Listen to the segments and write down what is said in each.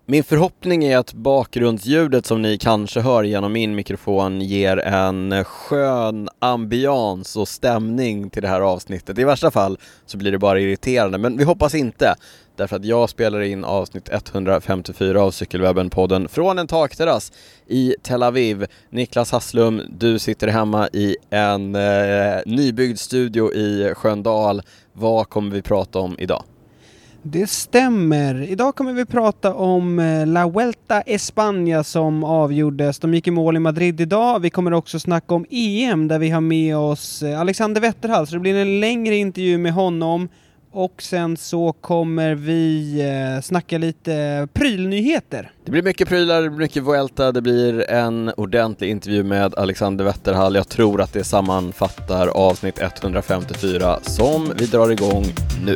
Min förhoppning är att bakgrundsljudet som ni kanske hör genom min mikrofon ger en skön ambians och stämning till det här avsnittet. I värsta fall så blir det bara irriterande, men vi hoppas inte. Därför att jag spelar in avsnitt 154 av Cykelwebben-podden från en takterrass i Tel Aviv. Niklas Hasslum, du sitter hemma i en nybyggd studio i Sköndal. Vad kommer vi prata om idag? Det stämmer. Idag kommer vi prata om La Vuelta España som avgjordes. De gick i mål i Madrid idag. Vi kommer också snacka om EM där vi har med oss Alexander Wetterhall. Så det blir en längre intervju med honom. Och sen så kommer vi snacka lite prylnyheter. Det blir mycket prylar, det blir mycket Vuelta, det blir en ordentlig intervju med Alexander Wetterhall. Jag tror att det sammanfattar avsnitt 154 som vi drar igång nu.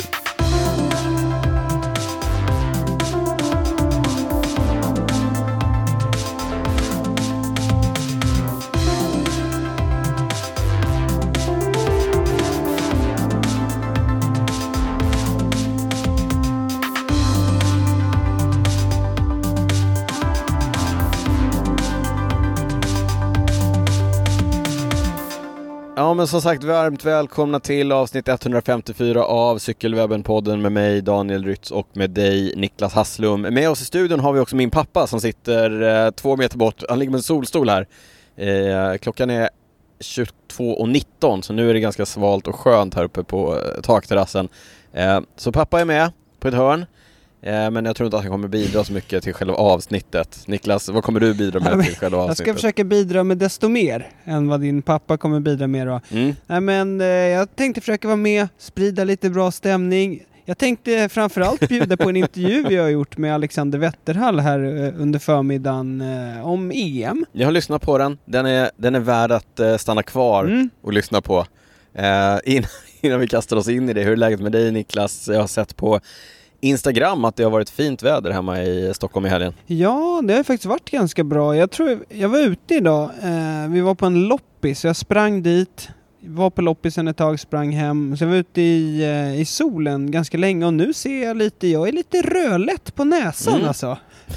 Ja, men som sagt, varmt välkomna till avsnitt 154 av Cykelwebben-podden med mig Daniel Rytz och med dig Niklas Hasslum. Med oss i studion har vi också min pappa som sitter 2 meter bort. Han ligger med en solstol här. Klockan är 22:19 så nu är det ganska svalt och skönt här uppe på takterrassen. Så pappa är med på ett hörn. Men jag tror inte att han kommer bidra så mycket till själva avsnittet. Niklas, vad kommer du bidra med till själva avsnittet? Jag ska försöka bidra med desto mer än vad din pappa kommer bidra med då. Nej, men jag tänkte försöka vara med, sprida lite bra stämning. Jag tänkte framförallt bjuda på en intervju vi har gjort med Alexander Wetterhall här under förmiddagen om EM. Jag har lyssnat på den. Den är värd att stanna kvar och lyssna på. Innan vi kastar oss in i det. Hur är läget med dig, Niklas? Jag har sett på Instagram att det har varit fint väder hemma i Stockholm i helgen. Ja, det har faktiskt varit ganska bra. Jag tror jag var ute idag. Vi var på en loppis så jag sprang dit. Var på loppisen ett tag, sprang hem. Så jag var ute i solen ganska länge och nu ser jag är lite rödlätt på näsan alltså.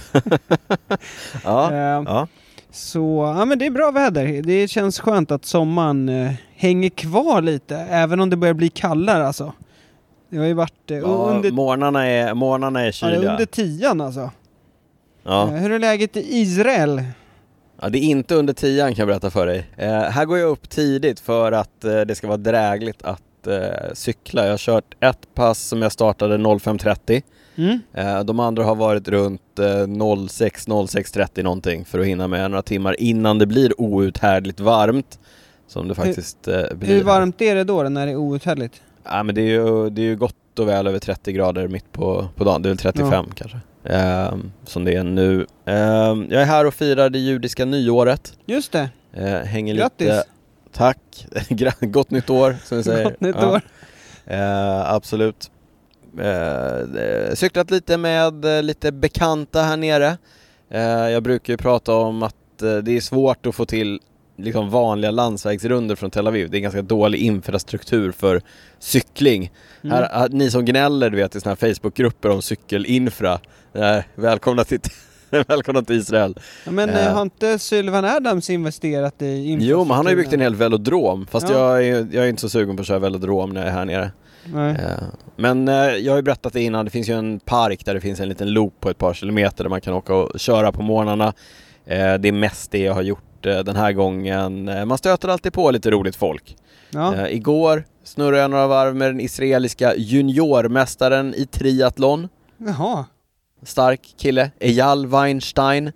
Ja. Så ja, men det är bra väder. Det känns skönt att sommaren hänger kvar lite även om det börjar bli kallare alltså. Det har ju varit under morgnarna är kyliga. Ja, under 10 alltså. Ja. Hur är läget i Israel? Ja, det är inte under 10 kan jag berätta för dig. Här går jag upp tidigt för att det ska vara drägligt att cykla. Jag har kört ett pass som jag startade 05.30. De andra har varit runt 06.30 någonting för att hinna med några timmar innan det blir outhärdligt varmt. Som det faktiskt blir. Hur varmt är det då när det är outhärdligt? Ja, men det är ju gott och väl över 30 grader mitt på dagen. Det är väl 35 kanske. Som det är nu. Jag är här och firar det judiska nyåret. Just det. Hänger grattis. Lite. Tack. Gott nytt år som vi säger. Gott nytt år. Absolut. Cyklat lite med lite bekanta här nere. Jag brukar ju prata om att det är svårt att få till liksom vanliga landsvägsrunder från Tel Aviv. Det är ganska dålig infrastruktur för cykling. Här, ni som gnäller, du vet, i såna här Facebookgrupper om cykelinfra. Välkomna till Israel. Ja, men har inte Sylvan Adams investerat i infrastrukturen? Jo, men han har ju byggt en hel velodrom. Fast jag är inte så sugen på att köra velodrom när jag är här nere. Nej. Men jag har ju berättat det innan. Det finns ju en park där det finns en liten loop på ett par kilometer där man kan åka och köra på morgnarna. Det är mest det jag har gjort den här gången. Man stöter alltid på lite roligt folk. Ja. Igår snurrade jag några varv med den israeliska juniormästaren i triathlon. Jaha. Stark kille. Eyal Weinstein.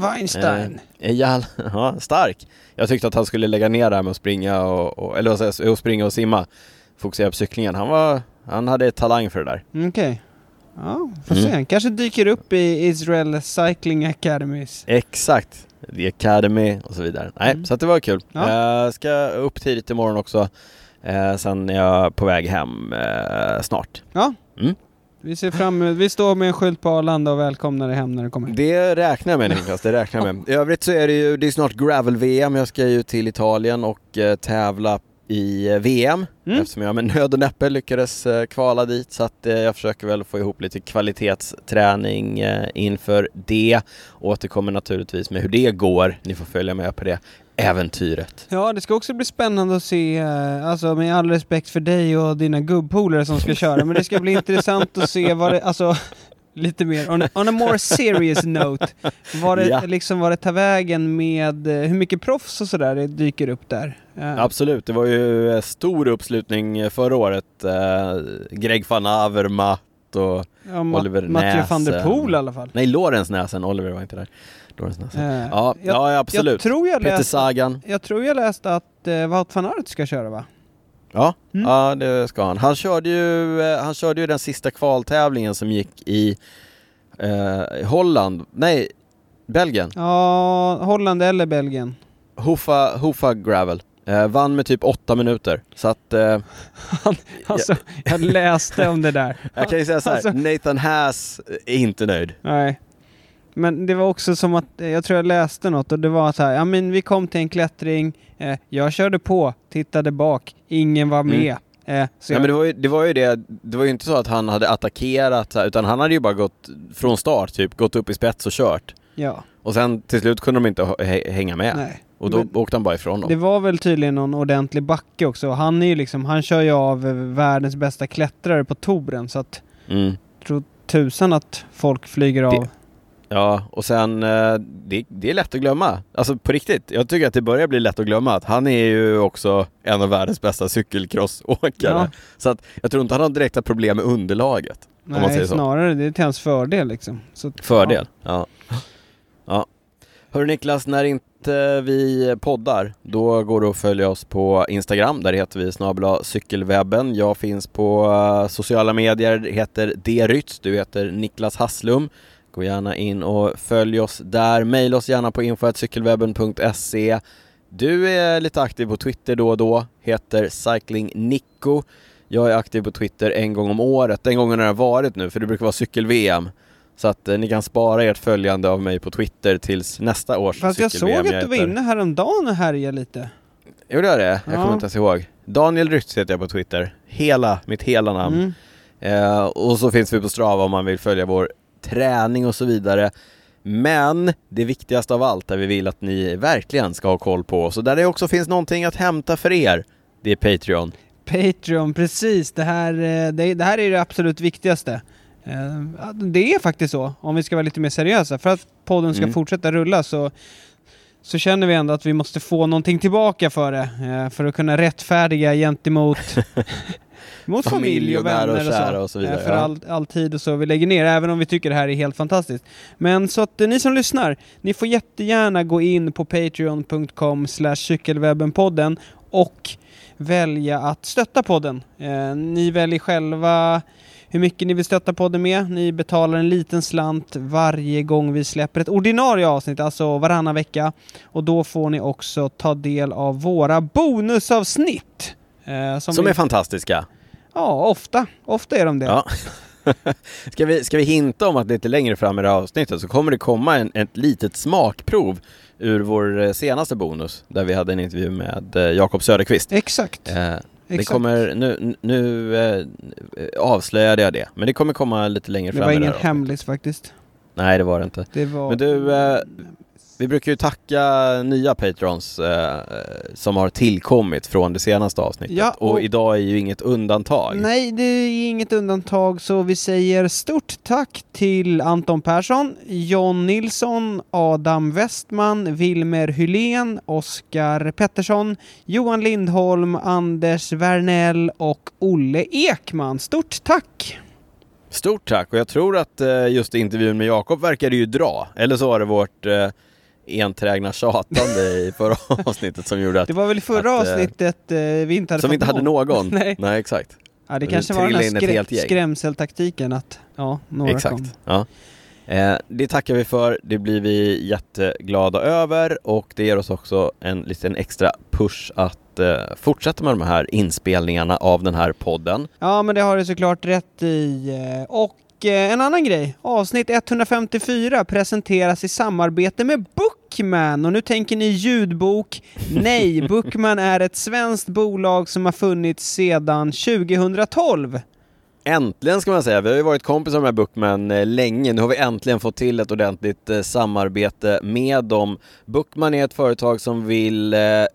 Eyal, ja, stark. Jag tyckte att han skulle lägga ner där med att springa och springa och simma. Fokusera på cyklingen. Han hade talang för det där. Okej. Ja, får se. Han kanske dyker upp i Israel Cycling Academies. Exakt. The Academy och så vidare. Nej, så att det var kul. Ja. Ska upp tidigt imorgon också. Sen är jag på väg hem snart. Ja. Vi ser fram emot. Vi står med en skylt på Arlanda och välkomnar dig hem när det kommer. Det räknar jag med, Niklas. Det räknar jag med. I övrigt så är det är snart gravel-VM. Jag ska ju till Italien och tävla i VM eftersom jag med nöd och näppe lyckades kvala dit, så att jag försöker väl få ihop lite kvalitetsträning inför det. Återkommer naturligtvis med hur det går. Ni får följa med på det äventyret. Ja, det ska också bli spännande att se, alltså med all respekt för dig och dina gubbpolare som ska köra, men det ska bli intressant att se vad det, alltså lite mer on a more serious note, var det tar vägen med hur mycket proffs och sådär det dyker upp där. Absolut, det var ju stor uppslutning förra året. Greg van Avermaet och Oliver Näsen. Mathieu van der Poel i alla fall. Nej, Lorenz Näsen, Oliver var inte där. Ja, absolut. Peter Sagan. Jag tror jag läste att Wout van Aert ska köra, va? Ja, ja, det ska han. Han körde ju den sista kvaltävlingen som gick i Holland. Nej, Belgien. Ja, Holland eller Belgien. Hoofa Gravel. Vann med typ 8 minuter. Så att jag läste om det där. Jag kan ju säga så här, Nathan Haas är inte nöjd. Nej. Men det var också som att jag tror jag läste något och det var så här, ja men vi kom till en klättring, jag körde på, tittade bak, ingen var med. Så men det var ju inte så att han hade attackerat, utan han hade ju bara gått från start, typ gått upp i spets och kört. Ja. Och sen till slut kunde de inte hänga med. Nej. Och då åkte han bara ifrån dem. Det var väl tydligen någon ordentlig backe också. Han är ju liksom, han kör ju av världens bästa klättrare på touren, så att tror tusan att folk flyger av. Ja, och sen det är lätt att glömma. Alltså på riktigt, jag tycker att det börjar bli lätt att glömma att han är ju också en av världens bästa cykelcrossåkare. Ja. Så att jag tror inte han har direkta problem med underlaget. Nej, om man säger snarare det är till hans fördel liksom. Så, fördel, ja. Hörru Niklas, när inte vi poddar, då går det att följa oss på Instagram. Där heter vi @cykelwebben. Jag finns på sociala medier, heter drytz. Du heter Niklas Hasslum. Gå gärna in och följ oss där. Mail oss gärna på info@cykelwebben.se. Du är lite aktiv på Twitter då och då. Heter cyclingnico. Jag är aktiv på Twitter en gång om året. Den gången har det varit nu, för det brukar vara cykel-VM. Så att ni kan spara ert följande av mig på Twitter tills nästa års cykel-VM. Fast jag såg att du var inne häromdagen och härjade lite. Gjorde jag det? Jag kommer inte ens ihåg. Daniel Rytz heter jag på Twitter. Mitt hela namn. Och så finns vi på Strava om man vill följa vår träning och så vidare. Men det viktigaste av allt, där vi vill att ni verkligen ska ha koll på oss, och där det också finns någonting att hämta för er, det är Patreon. Patreon, precis. Det här är det absolut viktigaste. Det är faktiskt så, om vi ska vara lite mer seriösa. För att podden ska fortsätta rulla så känner vi ändå att vi måste få någonting tillbaka för det. För att kunna rättfärdiga gentemot mot familj och vänner och så vidare. För all tid och så vi lägger ner, även om vi tycker det här är helt fantastiskt. Men så att ni som lyssnar, ni får jättegärna gå in på patreon.com/cykelwebbenpodden och välja att stötta podden. Ni väljer själva hur mycket ni vill stötta podden med. Ni betalar en liten slant varje gång vi släpper ett ordinarie avsnitt, alltså varannan vecka. Och då får ni också ta del av våra bonusavsnitt. Som är fantastiska. Ja, ofta är de det. Ja. Ska vi hinta om att lite längre fram i det här avsnittet så kommer det komma ett litet smakprov ur vår senaste bonus, där vi hade en intervju med Jakob Söderqvist. Exakt. Det kommer nu avslöjade jag det, men det kommer komma lite längre fram. Det var ingen hemlis faktiskt. Nej, det var det inte. Men du, vi brukar ju tacka nya patrons som har tillkommit från det senaste avsnittet. Ja, och idag är ju inget undantag. Nej, det är inget undantag, så vi säger stort tack till Anton Persson, John Nilsson, Adam Westman, Wilmer Hylén, Oskar Pettersson, Johan Lindholm, Anders Vernell och Olle Ekman. Stort tack! Stort tack, och jag tror att just intervjun med Jakob verkade ju dra. Eller så var det vårt enträgna tjatande i förra avsnittet som gjorde att... Det var väl i förra avsnittet vi inte hade som fått inte hade någon. Nej, exakt. Ja, det kanske var den här skrämseltaktiken att några exakt. Kom. Ja. Det tackar vi för, det blir vi jätteglada över, och det ger oss också en liten extra push att fortsätta med de här inspelningarna av den här podden. Ja, men det har du såklart rätt i. Och en annan grej, avsnitt 154 presenteras i samarbete med Book Bookman, och nu tänker ni ljudbok. Nej, Bookman är ett svenskt bolag som har funnits sedan 2012. Äntligen ska man säga. Vi har ju varit kompisar med Bookman länge. Nu har vi äntligen fått till ett ordentligt samarbete med dem. Bookman är ett företag som vill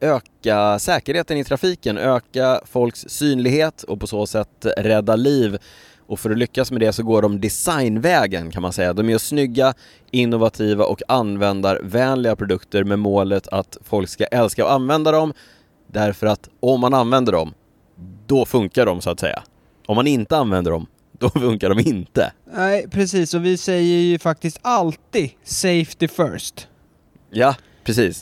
öka säkerheten i trafiken, öka folks synlighet och på så sätt rädda liv. Och för att lyckas med det så går de designvägen, kan man säga. De är snygga, innovativa och användarvänliga produkter med målet att folk ska älska att använda dem. Därför att om man använder dem, då funkar de, så att säga. Om man inte använder dem, då funkar de inte. Nej, precis. Och vi säger ju faktiskt alltid safety first. Ja, precis.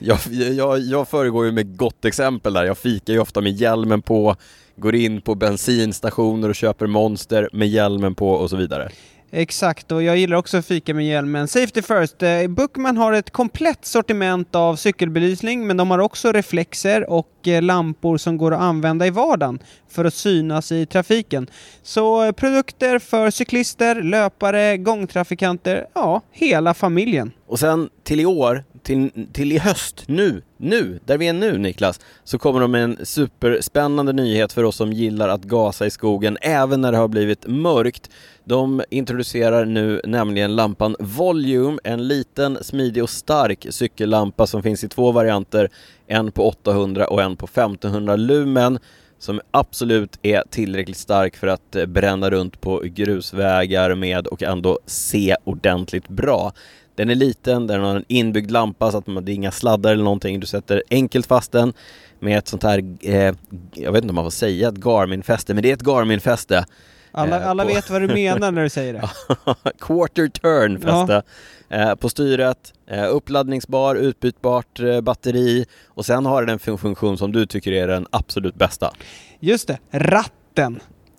Jag föregår ju med gott exempel där. Jag fikar ju ofta med hjälmen på, går in på bensinstationer och köper Monster med hjälmen på och så vidare. Exakt, och jag gillar också att fika med hjälmen. Safety first. Bookman har ett komplett sortiment av cykelbelysning, men de har också reflexer och lampor som går att använda i vardagen för att synas i trafiken. Så produkter för cyklister, löpare, gångtrafikanter, ja, hela familjen. Och sen till i år, till i höst, nu, där vi är nu, Niklas, så kommer de med en superspännande nyhet för oss som gillar att gasa i skogen även när det har blivit mörkt. De introducerar nu nämligen lampan Volume, en liten, smidig och stark cykellampa som finns i 2 varianter, en på 800 och en på 1500 lumen, som absolut är tillräckligt stark för att bränna runt på grusvägar med och ändå se ordentligt bra. Den är liten, den har en inbyggd lampa så att det är inga sladdar eller någonting. Du sätter enkelt fast den med ett sånt här, jag vet inte om man får säga ett Garmin-fäste, men det är ett Garmin-fäste. Alla vet vad du menar när du säger det. Quarter turn fäste på styret, uppladdningsbar, utbytbart batteri, och sen har den en funktion som du tycker är den absolut bästa. Just det, ratten.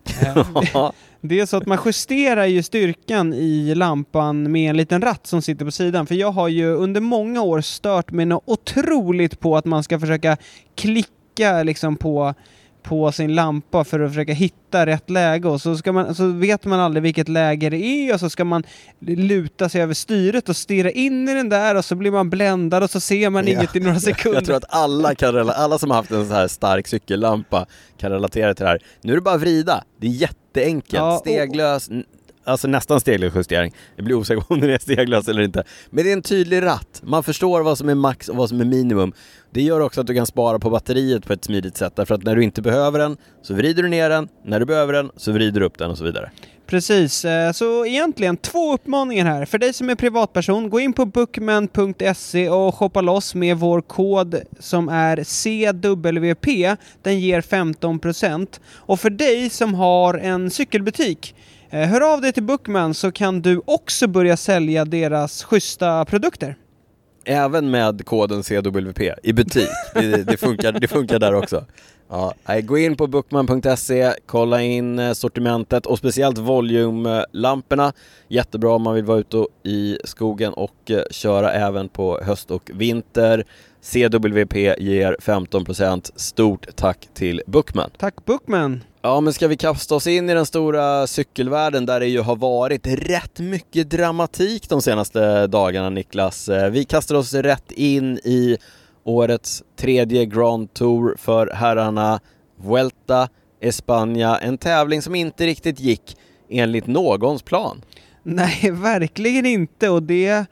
Det är så att man justerar ju styrkan i lampan med en liten ratt som sitter på sidan. För jag har ju under många år stört mig något otroligt på att man ska försöka klicka liksom på sin lampa för att försöka hitta rätt läge, och så vet man aldrig vilket läge det är, och så ska man luta sig över styret och stirra in i den där, och så blir man bländad och så ser man inget i några sekunder. Jag tror att alla som har haft en så här stark cykellampa kan relatera till det här. Nu är det bara att vrida. Det är jätteenkelt, steglös, alltså nästan steglös justering. Det blir osäkert om den är steglös eller inte. Men det är en tydlig ratt. Man förstår vad som är max och vad som är minimum. Det gör också att du kan spara på batteriet på ett smidigt sätt. Därför att när du inte behöver den så vrider du ner den. När du behöver den så vrider du upp den och så vidare. Precis, så egentligen 2 uppmaningar här. För dig som är privatperson, gå in på bookman.se och shoppa loss med vår kod som är CWP. Den ger 15%. Och för dig som har en cykelbutik, hör av dig till Bookman så kan du också börja sälja deras schyssta produkter. Även med koden CWP i butik. Det funkar där också. Ja, gå in på bookman.se, kolla in sortimentet och speciellt volumlamporna. Jättebra om man vill vara ute i skogen och köra även på höst och vinter. CWP ger 15%. Stort tack till Bookman. Tack Bookman. Ja, men ska vi kasta oss in i den stora cykelvärlden där det ju har varit rätt mycket dramatik de senaste dagarna, Niklas. Vi kastar oss rätt in i årets 3:e Grand Tour för herrarna, Vuelta España. En tävling som inte riktigt gick enligt någons plan. Nej, verkligen inte. Och det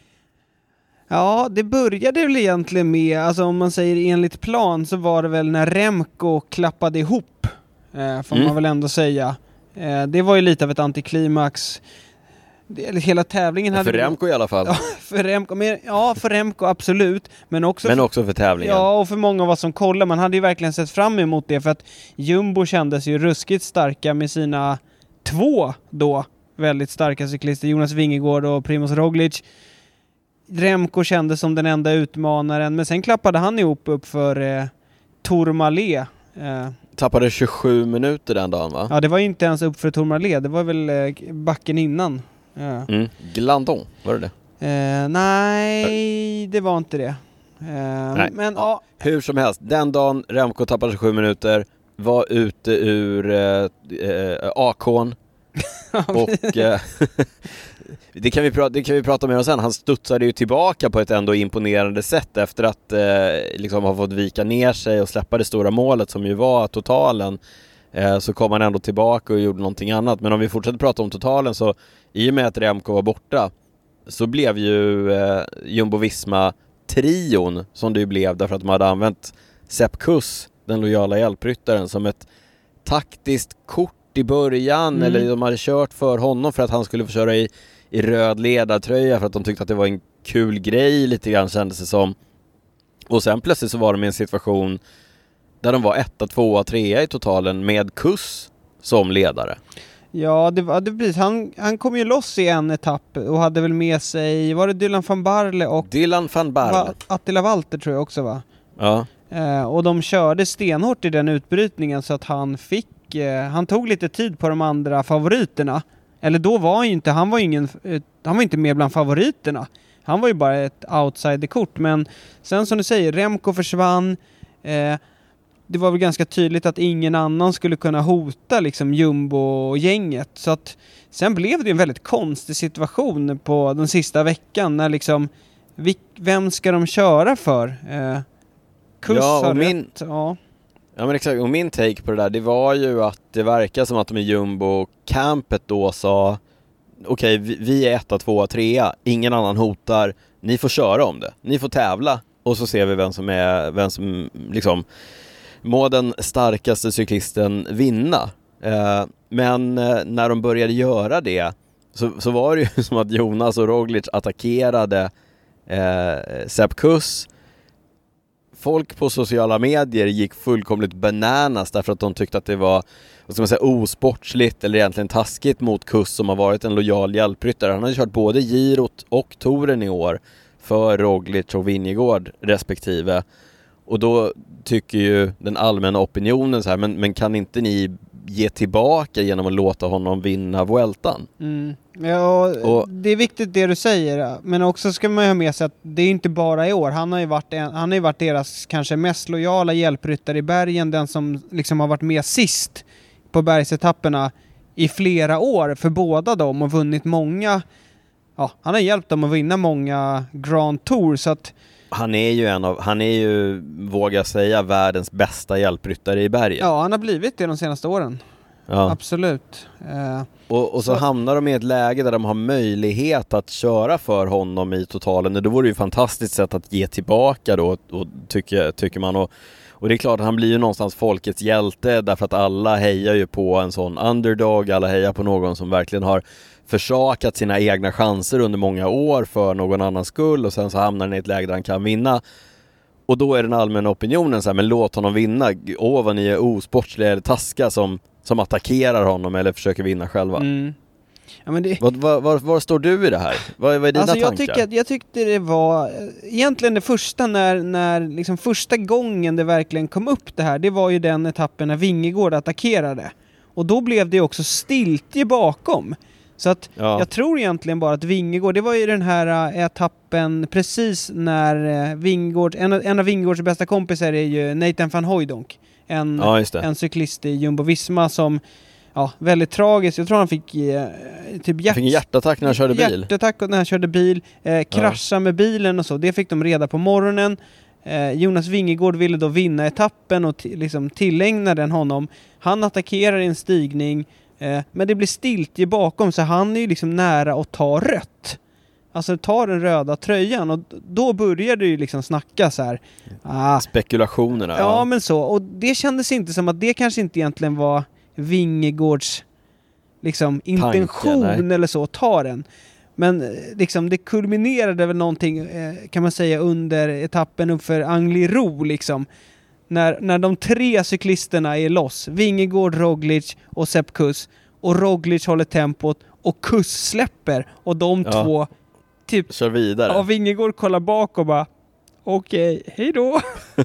började väl egentligen med, alltså om man säger enligt plan, så var det väl när Remco klappade ihop, får man väl ändå säga. Det var ju lite av ett antiklimax. Hela tävlingen hade... För Remco i alla fall. Ja, för Remco absolut. Men också för tävlingen. Ja, och för många av oss som kollar. Man hade ju verkligen sett fram emot det, för att Jumbo kändes ju ruskigt starka med sina 2 då väldigt starka cyklister, Jonas Vingegaard och Primož Roglič. Remco kändes som den enda utmanaren, men sen klappade han ihop upp för Tourmalet. Tappade 27 minuter den dagen, va? Ja, det var ju inte ens upp för Tourmalet. Det var väl backen innan. Glandon, var det? Nej, det var inte det. Nej. Men ja. Hur som helst, den dagen Remco tappade 27 minuter, var ute ur AK:n, Och det kan vi prata mer om sen. Han studsade ju tillbaka på ett ändå imponerande sätt efter att liksom ha fått vika ner sig och släppa det stora målet som ju var totalen. Så kom han ändå tillbaka och gjorde någonting annat. Men om vi fortsätter prata om totalen, så i och med att Remco var borta så blev ju Jumbo-Visma-trion, som det ju blev därför att de hade använt Sepp Kuss, den lojala hjälpryttaren, som ett taktiskt kort i början. Eller de hade kört för honom för att han skulle få köra i röd ledartröja för att de tyckte att det var en kul grej, lite grann kändes det som. Och sen plötsligt så var de i en situation där de var 1, 2, 3 i totalen med Kuss som ledare. Ja, det var precis. Han kom ju loss i en etapp och hade väl med sig, var det Dylan van Barle och Attila Walter tror jag också, va? Ja. Och de körde stenhårt i den utbrytningen så att han tog lite tid på de andra favoriterna. Eller då var han var inte med bland favoriterna. Han var ju bara ett outsider-kort. Men sen som du säger, Remco försvann. Det var väl ganska tydligt att ingen annan skulle kunna hota liksom Jumbo-gänget. Så att sen blev det en väldigt konstig situation på den sista veckan. När liksom, vem ska de köra för? Kuss har rätt. Ja, men exakt. Och min take på det där, det var ju att det verkar som att de i Jumbo-campet då sa okej, vi är 1, 2, 3, ingen annan hotar, ni får köra om det. Ni får tävla och så ser vi vem som liksom må den starkaste cyklisten vinna. Men när de började göra det så var det ju som att Jonas och Roglic attackerade Sepp Kuss. Folk på sociala medier gick fullkomligt bananas därför att de tyckte att det var, vad ska man säga, osportsligt eller egentligen taskigt mot Kuss som har varit en lojal hjälpryttare. Han har ju kört både Girot och Touren i år för Roglic och Vingegaard respektive. Och då tycker ju den allmänna opinionen så här, men kan inte ni ge tillbaka genom att låta honom vinna Vueltan? Ja, och det är viktigt det du säger, men också ska man ju ha med sig att det är inte bara i år. Han har ju varit deras kanske mest lojala hjälpryttare i bergen, den som liksom har varit med sist på bergsetapperna i flera år för båda dem och vunnit många. Ja, han har hjälpt dem att vinna många Grand Tour, så att han är ju, vågar säga, världens bästa hjälpryttare i bergen. Ja, han har blivit det de senaste åren. Ja. Absolut. Och så hamnar de i ett läge där de har möjlighet att köra för honom i totalen. Det vore ju ett fantastiskt sätt att ge tillbaka då, och tycker man. Och det är klart att han blir ju någonstans folkets hjälte därför att alla hejar ju på en sån underdog. Alla hejar på någon som verkligen har försakat sina egna chanser under många år för någon annans skull, och sen så hamnar han i ett läge där han kan vinna. Och då är den allmänna opinionen så här, men låt honom vinna. Vad ni är osportsliga eller taska som attackerar honom eller försöker vinna själva. Ja, men det... Var står du i det här? Vad är dina tankar? Jag tyckte det var egentligen det första när liksom första gången det verkligen kom upp det här, det var ju den etappen när Vingegaard attackerade. Och då blev det också stiltje bakom. Så att jag tror egentligen bara att Vingegaard, det var ju den här etappen precis när Vingegaard, en av Vingegaards bästa kompisar är ju Nathan van Hooijdonk. En cyklist i Jumbo-Visma som, väldigt tragiskt. Jag tror han fick typ fick en hjärtattack när han körde bil. Hjärtattack när han körde bil, krascha med bilen och så. Det fick de reda på morgonen. Jonas Vingegaard ville då vinna etappen och liksom tillägna den honom. Han attackerar i en stigning, men det blir stiltje bakom, så han är ju liksom nära att ta rött. Alltså ta den röda tröjan, och då börjar det ju liksom snacka så här. Spekulationerna. Ja, men så. Och det kändes inte som att det kanske inte egentligen var Vingegaards liksom intention eller så, ta den. Men liksom det kulminerade väl någonting, kan man säga, under etappen uppför Angliru liksom. När de 3 cyklisterna är loss, Vingegaard, Roglic och Sepp Kuss, och Roglic håller tempot och Kuss släpper, och de två typ kör vidare. Och Vingegaard kollar bak och bara okej, hej då.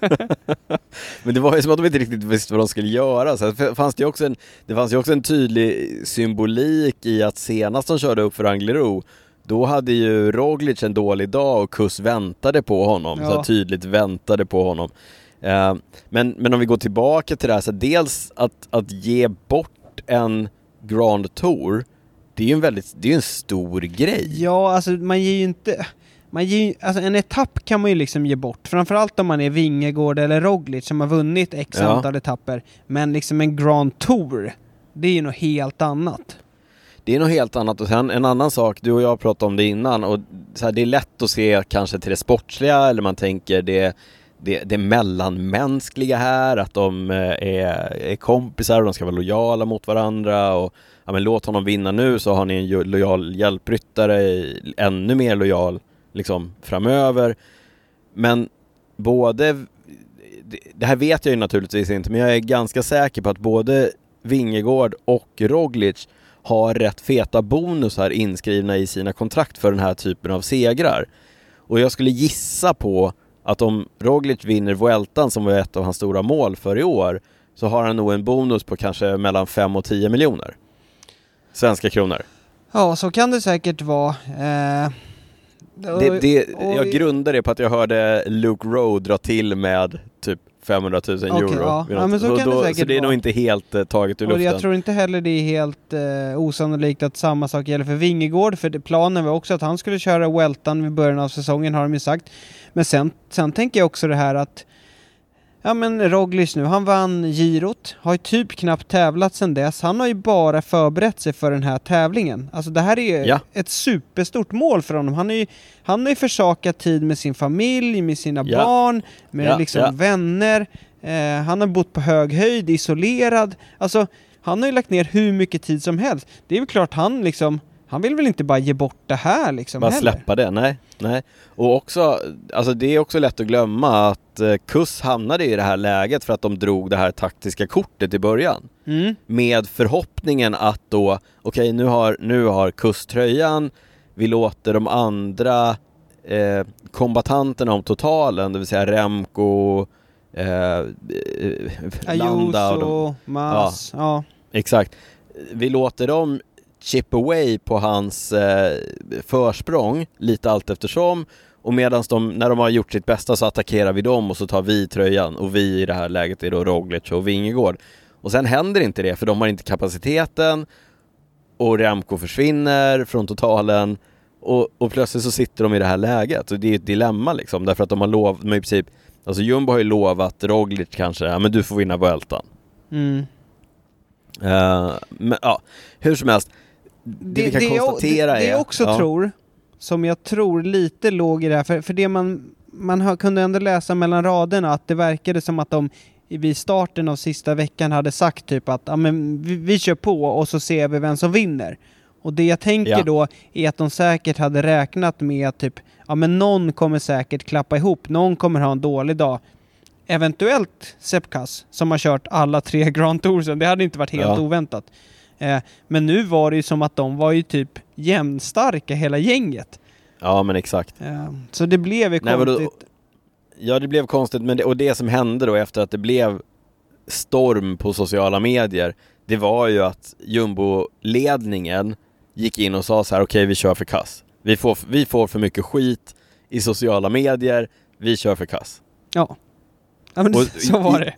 Men det var ju som att de inte riktigt visste vad de skulle göra. Så det fanns ju också en tydlig symbolik i att senast de körde upp för Angliru, då hade ju Roglic en dålig dag och Kuss väntade på honom. Så tydligt väntade på honom. Men om vi går tillbaka till det här, så dels att ge bort en Grand Tour det är ju en stor grej. Ja, alltså man ger ju inte... alltså en etapp kan man ju liksom ge bort. Framförallt om man är Vingegaard eller Roglic som har vunnit x antal etapper. Men liksom en Grand Tour, det är ju något helt annat. Det är något helt annat. Och sen en annan sak, du och jag pratade om det innan. Och så här, det är lätt att se kanske till det sportsliga. Eller man tänker det mellanmänskliga här. Att de är kompisar och de ska vara lojala mot varandra. Och ja, men låt honom vinna nu så har ni en lojal hjälpryttare, ännu mer lojal liksom framöver. Men det här vet jag ju naturligtvis inte, men jag är ganska säker på att både Vingegaard och Roglic har rätt feta bonusar inskrivna i sina kontrakt för den här typen av segrar. Och jag skulle gissa på att om Roglic vinner Vueltan, som var ett av hans stora mål för i år, så har han nog en bonus på kanske mellan 5 och 10 miljoner svenska kronor. Ja, så kan det säkert vara. Jag grundar det på att jag hörde Luke Rowe dra till med typ 500 000 euro. Ja, men så kan det säkert så det är vara. nog inte helt taget ur luften. Jag tror inte heller det är helt osannolikt att samma sak gäller för Vingegaard, för planen var också att han skulle köra Vueltan vid början av säsongen, har de ju sagt. Men sen tänker jag också det här att ja, men Roglic nu, han vann Girot, har ju typ knappt tävlat sedan dess. Han har ju bara förberett sig för den här tävlingen. Alltså det här är ju ett superstort mål för honom. Han har ju försakat tid med sin familj, med sina barn, med vänner. Han har bott på hög höjd, isolerad. Alltså han har ju lagt ner hur mycket tid som helst. Det är väl klart han vill väl inte bara ge bort det här liksom. Bara släppa det, nej. Och också, alltså det är också lätt att glömma att Kuss hamnade i det här läget för att de drog det här taktiska kortet i början. Med förhoppningen att då, okej, nu har Kuss tröjan, vi låter de andra kombatanterna om totalen, det vill säga Remco, Landa Ayuso, Mas, ja. Exakt. Vi låter dem chip away på hans försprång lite allt eftersom, och medan när de har gjort sitt bästa så attackerar vi dem och så tar vi tröjan, och vi i det här läget är då Roglic och Vingegaard. Och sen händer inte det för de har inte kapaciteten och Remco försvinner från totalen och plötsligt så sitter de i det här läget, och det är ett dilemma liksom, därför att de har lovat, i princip, alltså Jumbo har ju lovat Roglic kanske, ja men du får vinna Vueltan. Men ja, hur som helst, det vi kan konstatera det jag också tror, som jag tror lite låg i det här, för det man kunde ändå läsa mellan raderna, att det verkade som att de vid starten av sista veckan hade sagt typ att ja, men vi kör på och så ser vi vem som vinner. Och det jag tänker då är att de säkert hade räknat med att typ, ja men någon kommer säkert klappa ihop, någon kommer ha en dålig dag. Eventuellt Sepp Kuss, som har kört alla 3 Grand Toursen. Det hade inte varit helt oväntat. Men nu var det ju som att de var ju typ jämnstarka hela gänget. Ja, men exakt. Så det blev ju konstigt. Det blev konstigt. Men det som hände då efter att det blev storm på sociala medier, det var ju att Jumbo-ledningen gick in och sa så här: okej, vi kör för Kuss. Vi får för mycket skit i sociala medier. Vi kör för Kuss. Ja. Ja, men så var det.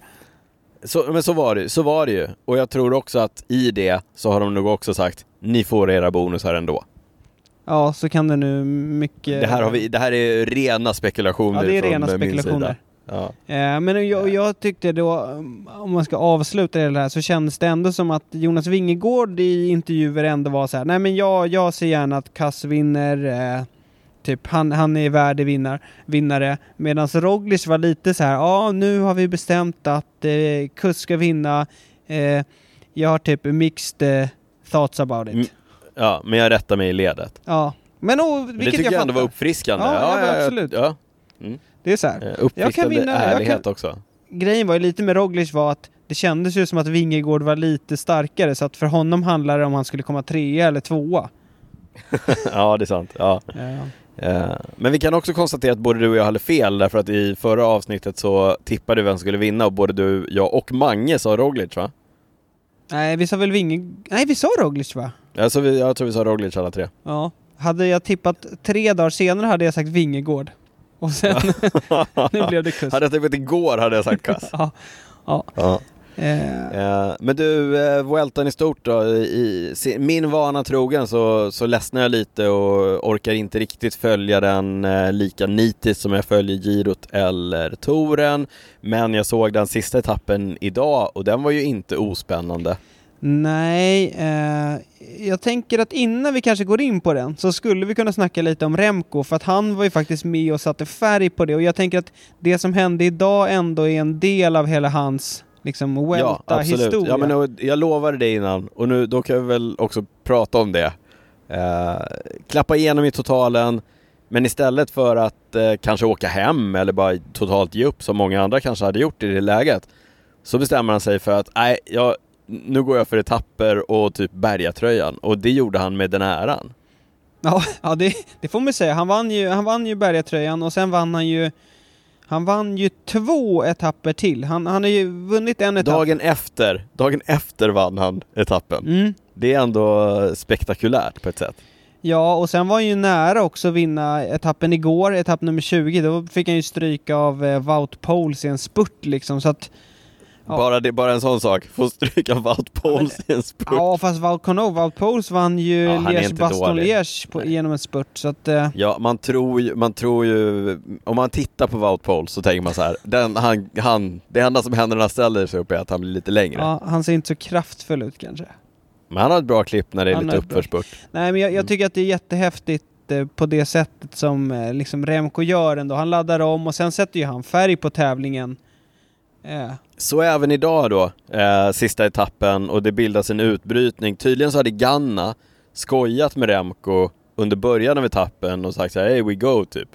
Så var det ju. Och jag tror också att i det så har de nog också sagt: ni får era bonusar ändå. Ja, så kan det nu mycket... Det här är rena spekulationer. Ja, det är rena spekulationer. Ja. Men jag tyckte då, om man ska avsluta det här, så känns det ändå som att Jonas Vingegaard i intervjuer ändå var så här: nej men jag ser gärna att Kuss vinner, typ han är värdig vinnare, medan Roglic var lite så här: ja, nu har vi bestämt att Kuss ska vinna, jag har typ mixed thoughts about it. Ja, men jag rättar mig i ledet. Ja, men det tycker jag ändå var uppfriskande. Ja, absolut. Ja. Det är så här. Uppfriskande ärlighet också. Grejen var ju lite med Roglic var att det kändes ju som att Vingegaard var lite starkare, så att för honom handlade det om han skulle komma 3 eller 2. Ja, det är sant. Ja. Men vi kan också konstatera att både du och jag hade fel, därför att i förra avsnittet så tippade vi vem som skulle vinna, och både du, jag och Mange sa Roglic, va? Nej, vi sa väl vi sa Roglic, va? Jag tror vi sa Roglic alla 3. Ja. Hade jag tippat 3 dagar senare hade jag sagt Vingegaard. Och sen nu blev det Kuss. Hade jag tippat igår hade jag sagt Kuss. Ja. Men du, Vueltan i stort då, min vana trogen så ledsnar jag lite och orkar inte riktigt följa den lika nitiskt som jag följer Girot eller Touren, men jag såg den sista etappen idag och den var ju inte ospännande. Nej, jag tänker att innan vi kanske går in på den så skulle vi kunna snacka lite om Remco, för att han var ju faktiskt med och satte färg på det, och jag tänker att det som hände idag ändå är en del av hela hans liksom Vuelta-historia. Ja, men jag lovade det innan, och nu då kan vi väl också prata om det. Klappa igenom i totalen, men istället för att kanske åka hem eller bara totalt ge upp som många andra kanske hade gjort i det läget, så bestämmer han sig för att nu går jag för etapper och typ bergatröjan, och det gjorde han med den äran. Ja, det får man säga. Han vann ju bergatröjan, och sen vann han vann ju 2 etapper till. Han har ju vunnit en etapp. Dagen efter vann han etappen. Det är ändå spektakulärt på ett sätt. Ja, och sen var han ju nära också vinna etappen igår, etapp nummer 20. Då fick han ju stryka av Wout Poels i en spurt liksom, så att ja. Bara en sån sak. Få stryka Wout Poels i en spurt. Ja, fast Wout Poels vann ju Liège-Bastogne-Liège genom en spurt, så att ja, man tror ju om man tittar på Wout Poels så tänker man så här, det enda som händer när han ställer sig upp är att han blir lite längre. Ja, han ser inte så kraftfull ut kanske. Men han har ett bra klipp när det är lite uppförspurt. Nej, men jag tycker att det är jättehäftigt på det sättet som liksom Remco gör ändå. Han laddar om och sen sätter ju han färg på tävlingen. Så även idag då, sista etappen, och det bildas en utbrytning. Tydligen så hade Ganna skojat med Remco under början av etappen och sagt så här, hey we go typ.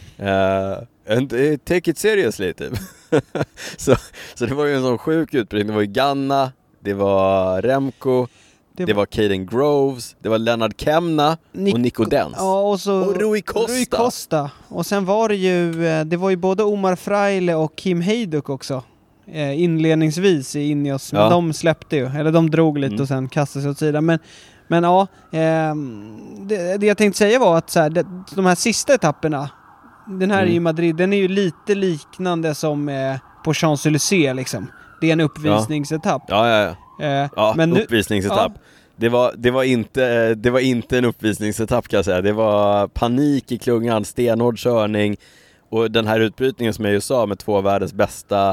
And take it seriously typ. så det var ju en sån sjuk utbrytning. Det var ju Ganna, det var Remco, det var Caden Groves, det var Lennart Kemna och Nico Denz. Ja, och Rui Costa. Och sen var det var ju både Omar Fraile och Kim Heiduk också. Inledningsvis i Ineos, men de släppte ju, eller de drog lite och sen kastade sig åt sidan. Men ja, det jag tänkte säga var att så här, de här sista etapperna, den här i Madrid, den är ju lite liknande som på Champs-Élysées liksom. Det är en uppvisningsetapp. Ja, men uppvisningsetapp. Ja. Det var inte en uppvisningsetapp kan jag säga. Det var panik i klungan, stenhård körning, och den här utbrytningen som jag ju sa med 2 av världens bästa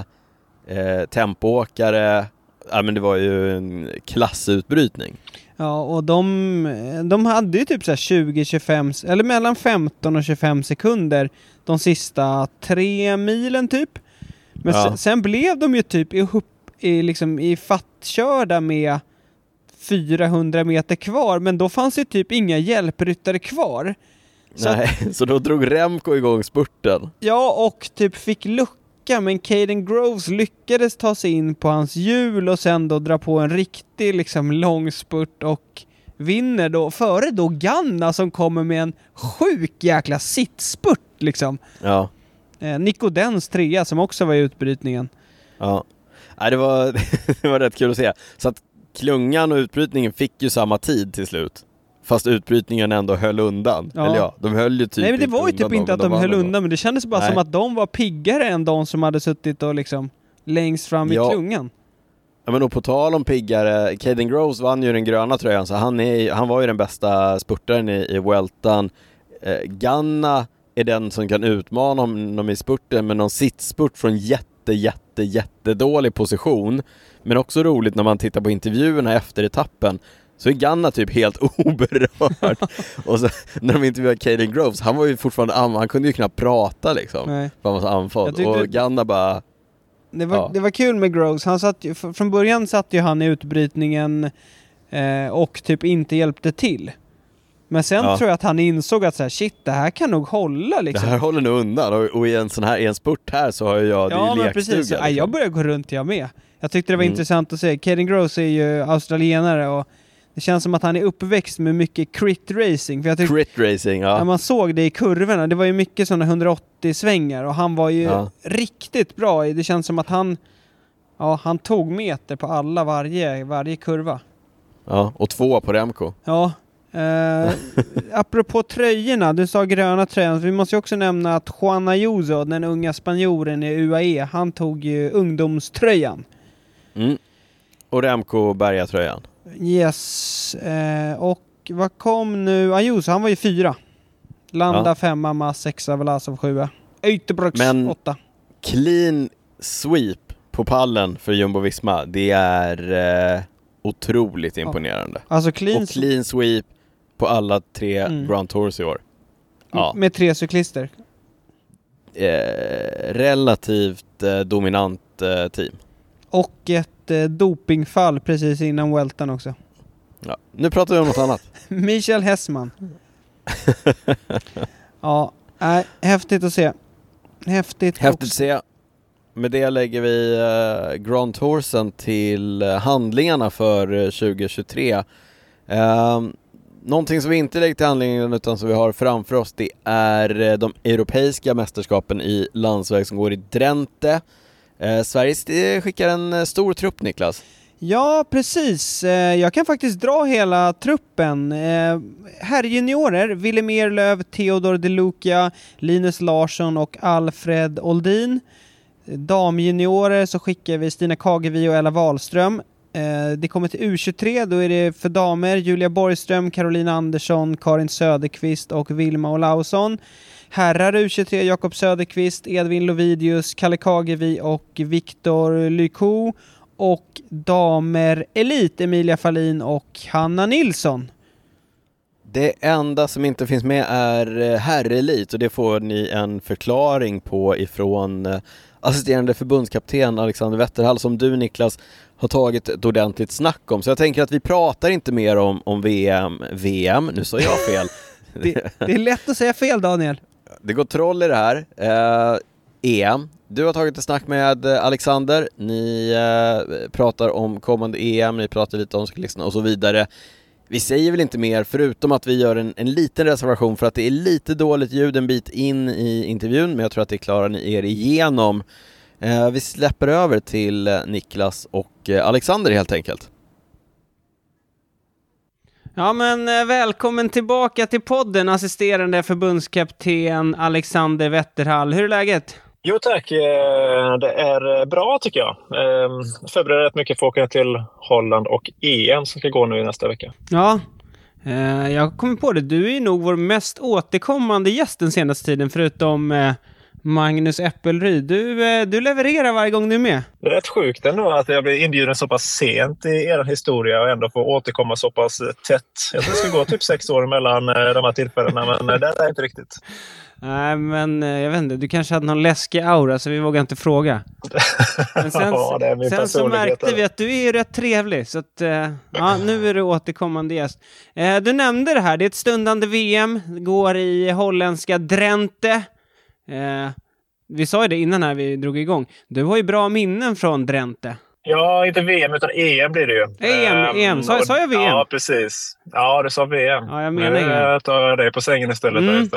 tempoåkare. Ja, men det var ju en klassutbrytning. Ja, och de hade ju typ så här 20-25 eller mellan 15 och 25 sekunder de sista 3 milen typ. Men sen blev de ju typ i fattkörda med 400 meter kvar, men då fanns det typ inga hjälpryttare kvar. Så då drog Remco igång spurten. Ja, och typ fick lucka, men Caden Groves lyckades ta sig in på hans hjul och sen då dra på en riktig liksom lång spurt och vinner då före då Ganna som kommer med en sjuk jäkla sittspurt liksom. Ja. Nico Denz 3 som också var i utbrytningen. Ja. Nej, det var rätt kul att se. Så att klungan och utbrytningen fick ju samma tid till slut. Fast utbrytningen ändå höll undan. Ja. Eller de höll ju typ. Nej, men det var ju typ inte att de höll undan, men det kändes bara som att de var piggare än de som hade suttit och liksom längst fram i klungan. Ja, men då på tal om piggare, Caden Groves vann ju den gröna tröjan, så han var ju den bästa spurtaren i Vueltan. Ganna är den som kan utmana honom i spurten med någon sittspurt från jättedålig position. Men också roligt när man tittar på intervjuerna efter etappen, så är Ganna typ helt oberörd. Och så när de intervjuade Caden Groves, han var ju fortfarande han kunde ju knappt prata liksom. Nej. För han var så andfådd. Och Ganna bara... Det var kul med Groves. Från början satt ju han i utbrytningen och typ inte hjälpte till. Men sen tror jag att han insåg att så här, shit, det här kan nog hålla liksom. Det här håller nog undan, och i en spurt här så har jag det är lekstuga. Precis. Liksom. Jag började gå runt jag med. Jag tyckte det var intressant att se. Caden Groves är ju australienare och det känns som att han är uppväxt med mycket crit racing. För jag tyckte, crit racing, ja. När man såg det i kurvorna, det var ju mycket sådana 180-svängar och han var ju riktigt bra. Det känns som att han tog meter på varje kurva. Ja, och 2 på Remco. Ja. Apropå tröjorna, du sa gröna tröjan, vi måste ju också nämna att Juan Ayuso, den unga spanjoren i UAE, han tog ju ungdomströjan. Och Remco Berga-tröjan. Yes. Och vad kom nu? Ayuso, han var ju 4. Landa 5, Mas 6, Vlasov 7. Utebrooks 8. Clean sweep på pallen för Jumbo-Visma. Det är otroligt imponerande. Alltså clean sweep på alla 3 Grand Tours i år. Ja. Med 3 cyklister. Relativt dominant team. Och ett dopingfall precis innan Vueltan också. Ja. Nu pratar vi om något annat. Michael Hessman. Ja, häftigt att se. Häftigt att se. Med det lägger vi Grand Toursen till handlingarna för 2023. Någonting som vi inte lägger till handlingarna utan som vi har framför oss, det är de europeiska mästerskapen i landsväg som går i Drenthe. Sverige skickar en stor trupp, Niklas. Ja, precis. Jag kan faktiskt dra hela truppen. Herrjuniorer, Willem Ehrlöv, Theodor De Lucia, Linus Larsson och Alfred Oldin. Damjuniorer så skickar vi Stina Kagevi och Ella Wahlström. Det kommer till U23, då är det för damer Julia Borgström, Carolina Andersson, Karin Söderqvist och Vilma Olausson. Herrar U23, Jakob Söderqvist, Edvin Lovidius, Kalle Kagevi och Viktor Lyko. Och damer elit, Emilia Fahlin och Hanna Nilsson. Det enda som inte finns med är herrelit, och det får ni en förklaring på ifrån assisterande förbundskapten Alexander Wetterhall, som du, Niklas, har tagit ett ordentligt snack om. Så jag tänker att vi pratar inte mer om VM, nu sa jag fel. Det är lätt att säga fel, Daniel. Det går troll i det här. EM. Du har tagit ett snack med Alexander. Ni pratar om kommande EM, ni pratar lite om cyklisterna och så vidare. Vi säger väl inte mer förutom att vi gör en liten reservation för att det är lite dåligt ljud en bit in i intervjun, men jag tror att det klarar ni er igenom. Vi släpper över till Niklas och Alexander helt enkelt. Ja, men välkommen tillbaka till podden, assisterande förbundskapten Alexander Wetterhall. Hur är läget? Jo tack, det är bra tycker jag. Förbereder rätt mycket för att åka till Holland och EM som ska gå nu i nästa vecka. Ja, jag kommer på det. Du är nog vår mest återkommande gäst den senaste tiden, förutom Magnus Äppelryd. Du levererar varje gång du är med. Det är rätt sjukt ändå att jag blir inbjuden så pass sent i er historia och ändå får återkomma så pass tätt. Jag tror det ska gå typ 6 år mellan de här tillfällena, men det är inte riktigt. Nej, men jag vet inte, du kanske hade någon läskig aura så vi vågar inte fråga. Men sen, ja, sen så märkte vi att du är rätt trevlig, så att, ja, nu är du återkommande gäst. Du nämnde det här, det är ett stundande VM, går i holländska Drenthe. Vi sa ju det innan här vi drog igång. Du har ju bra minnen från Drenthe. Ja, inte VM utan EM blir det ju. EM. Sa jag VM? Ja, precis. Ja, du sa VM. Ja, jag menar EM. Jag tar det på sängen istället.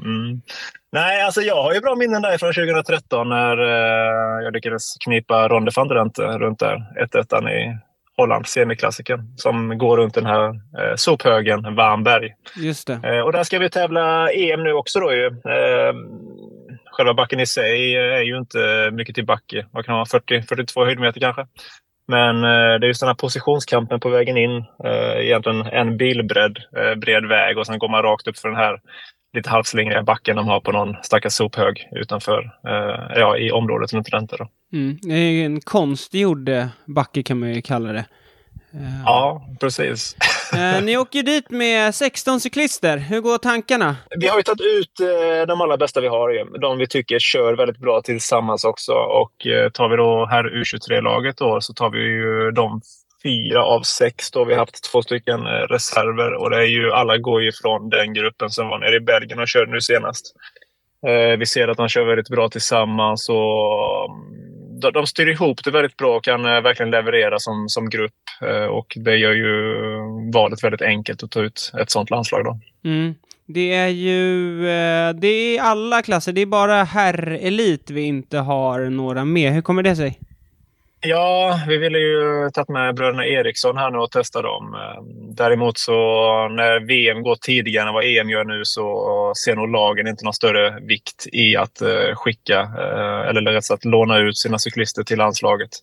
Nej, alltså jag har ju bra minnen där från 2013 när jag lyckades knipa Ronde van Drenthe runt där. 1-1 i Holland, semiklassiken, som går runt den här sophögen Varnberg. Just det. Och där ska vi tävla EM nu också då ju. Själva backen i sig är ju inte mycket till backe. Vad kan det vara? 42 höjdmeter kanske. Men det är just den här positionskampen på vägen in. Egentligen en bilbredd, bred väg. Och sen går man rakt upp för den här lite halvslingriga backen de har på någon stackars sophög utanför, i området runt Drenthe då. Det är en konstgjord backe kan man ju kalla det. Ja, precis. Ni åker dit med 16 cyklister. Hur går tankarna? Vi har ju tagit ut de allra bästa vi har. De vi tycker kör väldigt bra tillsammans också. Och tar vi då här U23-laget då, så tar vi ju de 4 av 6 då. Vi har haft 2 stycken reserver. Och det är ju, alla går ju från den gruppen som var nere i Belgien och körde nu senast. Vi ser att de kör väldigt bra tillsammans och de styr ihop det väldigt bra och kan verkligen leverera som grupp. Och det gör ju valet väldigt enkelt att ta ut ett sånt landslag då. Det är ju det är alla klasser, det är bara herrelit vi inte har några med. Hur kommer det sig? Ja, vi ville ju ta med bröderna Eriksson här nu och testa dem. Däremot så när VM går tidigare än vad EM gör nu så ser nog lagen inte någon större vikt i att skicka eller rätt sagt låna ut sina cyklister till landslaget.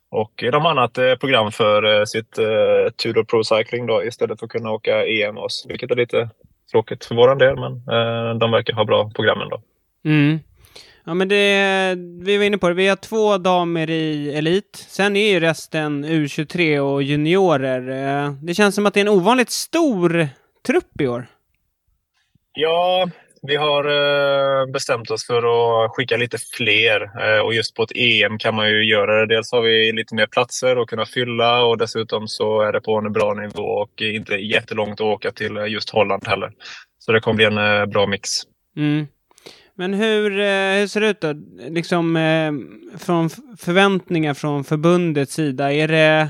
Och de har annat program för sitt Tudor Pro Cycling då, istället för att kunna åka EM oss, vilket är lite tråkigt för våran del, men de verkar ha bra program ändå. Mm. Ja, men vi var inne på det. Vi har 2 damer i elit. Sen är ju resten U23 och juniorer. Det känns som att det är en ovanligt stor trupp i år. Ja, vi har bestämt oss för att skicka lite fler. Och just på ett EM kan man ju göra det. Dels har vi lite mer platser att kunna fylla. Och dessutom så är det på en bra nivå och inte jättelångt att åka till just Holland heller. Så det kommer bli en bra mix. Mm. Men hur ser det ut då? Liksom, från förväntningar från förbundets sida, är det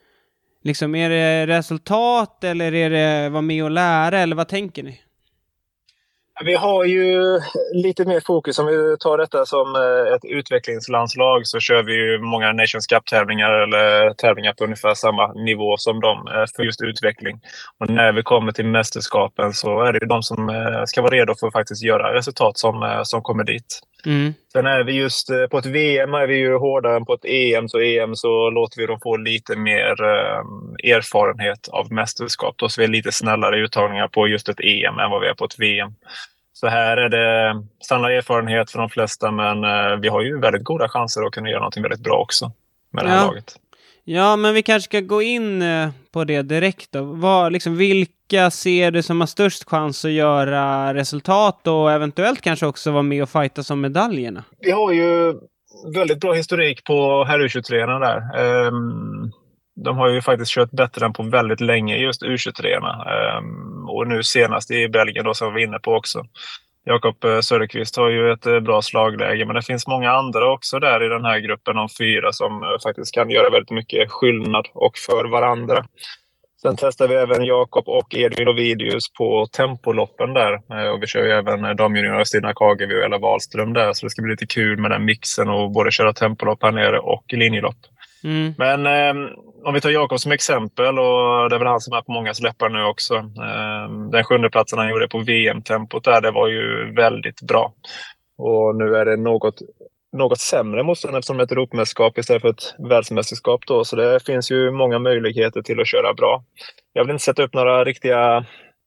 resultat eller är det vara med och lära, eller vad tänker ni? Vi har ju lite mer fokus. Om vi tar detta som ett utvecklingslandslag så kör vi ju många Nations Cup-tävlingar eller tävlingar på ungefär samma nivå som dem för just utveckling. Och när vi kommer till mästerskapen så är det ju de som ska vara redo för att faktiskt göra resultat som kommer dit. Mm. Sen är vi just på ett VM är vi ju hårdare än på ett EM så låter vi dem få lite mer erfarenhet av mästerskap. Då så vi är lite snällare uttagningar på just ett EM än vad vi är på ett VM. Så här är det standard erfarenhet för de flesta, men vi har ju väldigt goda chanser att kunna göra något väldigt bra också med det här laget. Ja, men vi kanske ska gå in på det direkt då. Vilka ser du som har störst chans att göra resultat och eventuellt kanske också vara med och fighta som medaljerna? Vi har ju väldigt bra historik på här U23-erna där. De har ju faktiskt kört bättre än på väldigt länge, just U23-erna. Och nu senast i Belgien då, som vi var inne på också. Jakob Söderqvist har ju ett bra slagläge, men det finns många andra också där i den här gruppen om 4 som faktiskt kan göra väldigt mycket skillnad och för varandra. Sen testar vi även Jakob och Edvin Ovidius på tempoloppen där. Och vi kör ju även damjuniorer Stina Kagevi och Ella Wahlström där, så det ska bli lite kul med den mixen och både köra tempolopp här nere och linjelopp. Mm. Men om vi tar Jakob som exempel, och det är väl han som är på många släppar nu också. Den 7:e platsen han gjorde på VM-tempot där, det var ju väldigt bra. Och nu är det något sämre motstånd eftersom det är ett Europamästerskap istället för ett världsmästerskap då. Så det finns ju många möjligheter till att köra bra. Jag vill inte sätta upp några riktiga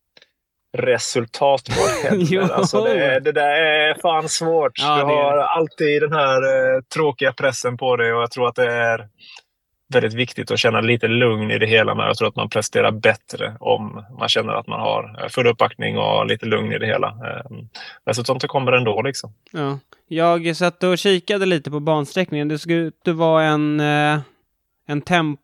resultatmål. Alltså det där är fan svårt. Ja, du har alltid den här tråkiga pressen på dig, och jag tror att det är väldigt viktigt att känna lite lugn i det hela. Men jag tror att man presterar bättre om man känner att man har full uppbackning och lite lugn i det hela. Resultatet kommer ändå liksom. Ja. Jag satt och kikade lite på bansträckningen. Det skulle vara en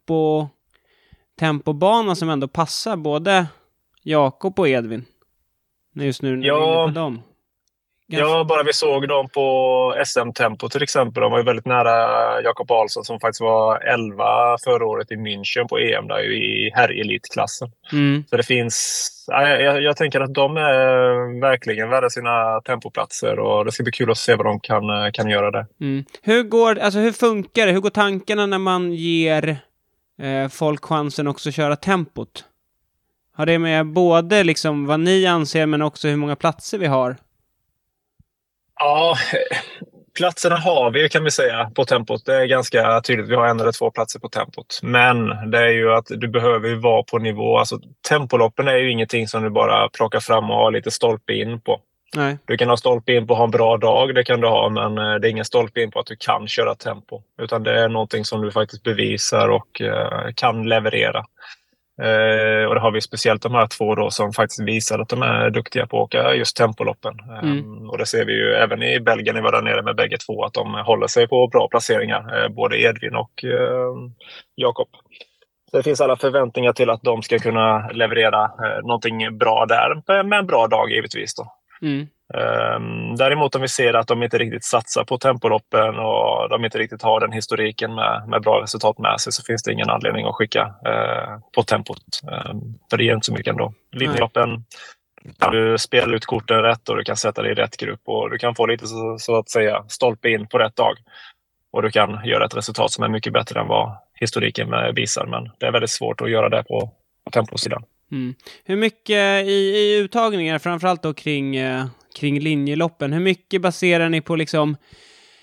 tempobana som ändå passar både Jakob och Edvin. Just nu när vi är inne på dem. Ja, bara vi såg dem på SM-tempo till exempel. De var ju väldigt nära Jakob Ahlsson som faktiskt var 11 förra året i München på EM där i herrelitklassen. Mm. Så det finns... Jag tänker att de är verkligen värda sina tempoplatser, och det ska bli kul att se vad de kan göra där. Mm. Hur funkar det? Hur går tankarna när man ger folk chansen också att köra tempot? Har det med både liksom vad ni anser men också hur många platser vi har? Ja, platserna har vi kan vi säga på tempot. Det är ganska tydligt. Vi har 1 eller 2 platser på tempot. Men det är ju att du behöver ju vara på nivå. Alltså tempoloppen är ju ingenting som du bara plockar fram och har lite stolpe in på. Nej. Du kan ha stolpe in på att ha en bra dag, det kan du ha, men det är ingen stolpe in på att du kan köra tempo. Utan det är någonting som du faktiskt bevisar och kan leverera. Och det har vi speciellt de här 2 då som faktiskt visar att de är duktiga på att åka just tempoloppen. Och det ser vi ju även i Belgien, när vi var där nere med bägge 2, att de håller sig på bra placeringar, både Edvin och Jakob. Så det finns alla förväntningar till att de ska kunna leverera någonting bra där, med en bra dag givetvis då. Mm. Däremot om vi ser att de inte riktigt satsar på tempoloppen och de inte riktigt har den historiken med bra resultat med sig, så finns det ingen anledning att skicka på tempot. För det ger inte så mycket ändå. Linjeloppen, du spelar ut korten rätt och du kan sätta dig i rätt grupp och du kan få lite så att säga stolpe in på rätt dag. Och du kan göra ett resultat som är mycket bättre än vad historiken visar, men det är väldigt svårt att göra det på temposidan. Mm. Hur mycket i uttagningar, framförallt då kring linjeloppen, hur mycket baserar ni på liksom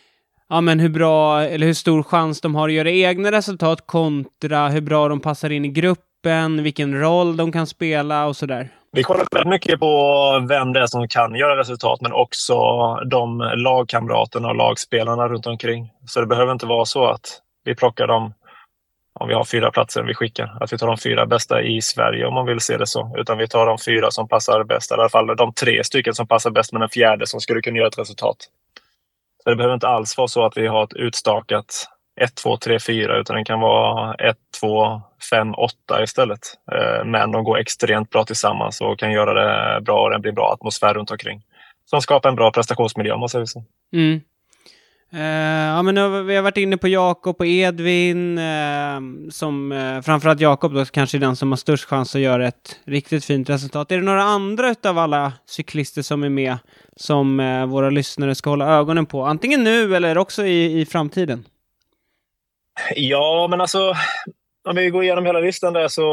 ja, men hur bra eller hur stor chans de har att göra egna resultat kontra hur bra de passar in i gruppen, vilken roll de kan spela och sådär. Vi kollar väldigt mycket på vem det är som kan göra resultat, men också de lagkamraterna och lagspelarna runt omkring. Så det behöver inte vara så att vi plockar dem, om vi har 4 platser vi skickar, att vi tar de 4 bästa i Sverige om man vill se det så. Utan vi tar de 4 som passar bäst, i alla fall de 3 stycken som passar bäst med den 4:e som skulle kunna göra ett resultat. Så det behöver inte alls vara så att vi har ett utstakat 1, 2, 3, 4, utan det kan vara 1, 2, 5, 8 istället. Men de går extremt bra tillsammans och kan göra det bra och det blir bra atmosfär runt omkring. Som skapar en bra prestationsmiljö, om man säger så. Mm. Ja, men nu, vi har varit inne på Jakob och Edvin, som framförallt Jakob då kanske är den som har störst chans att göra ett riktigt fint resultat. Är det några andra utav alla cyklister som är med som våra lyssnare ska hålla ögonen på? Antingen nu eller också i framtiden? Ja, men alltså om vi går igenom hela listan där så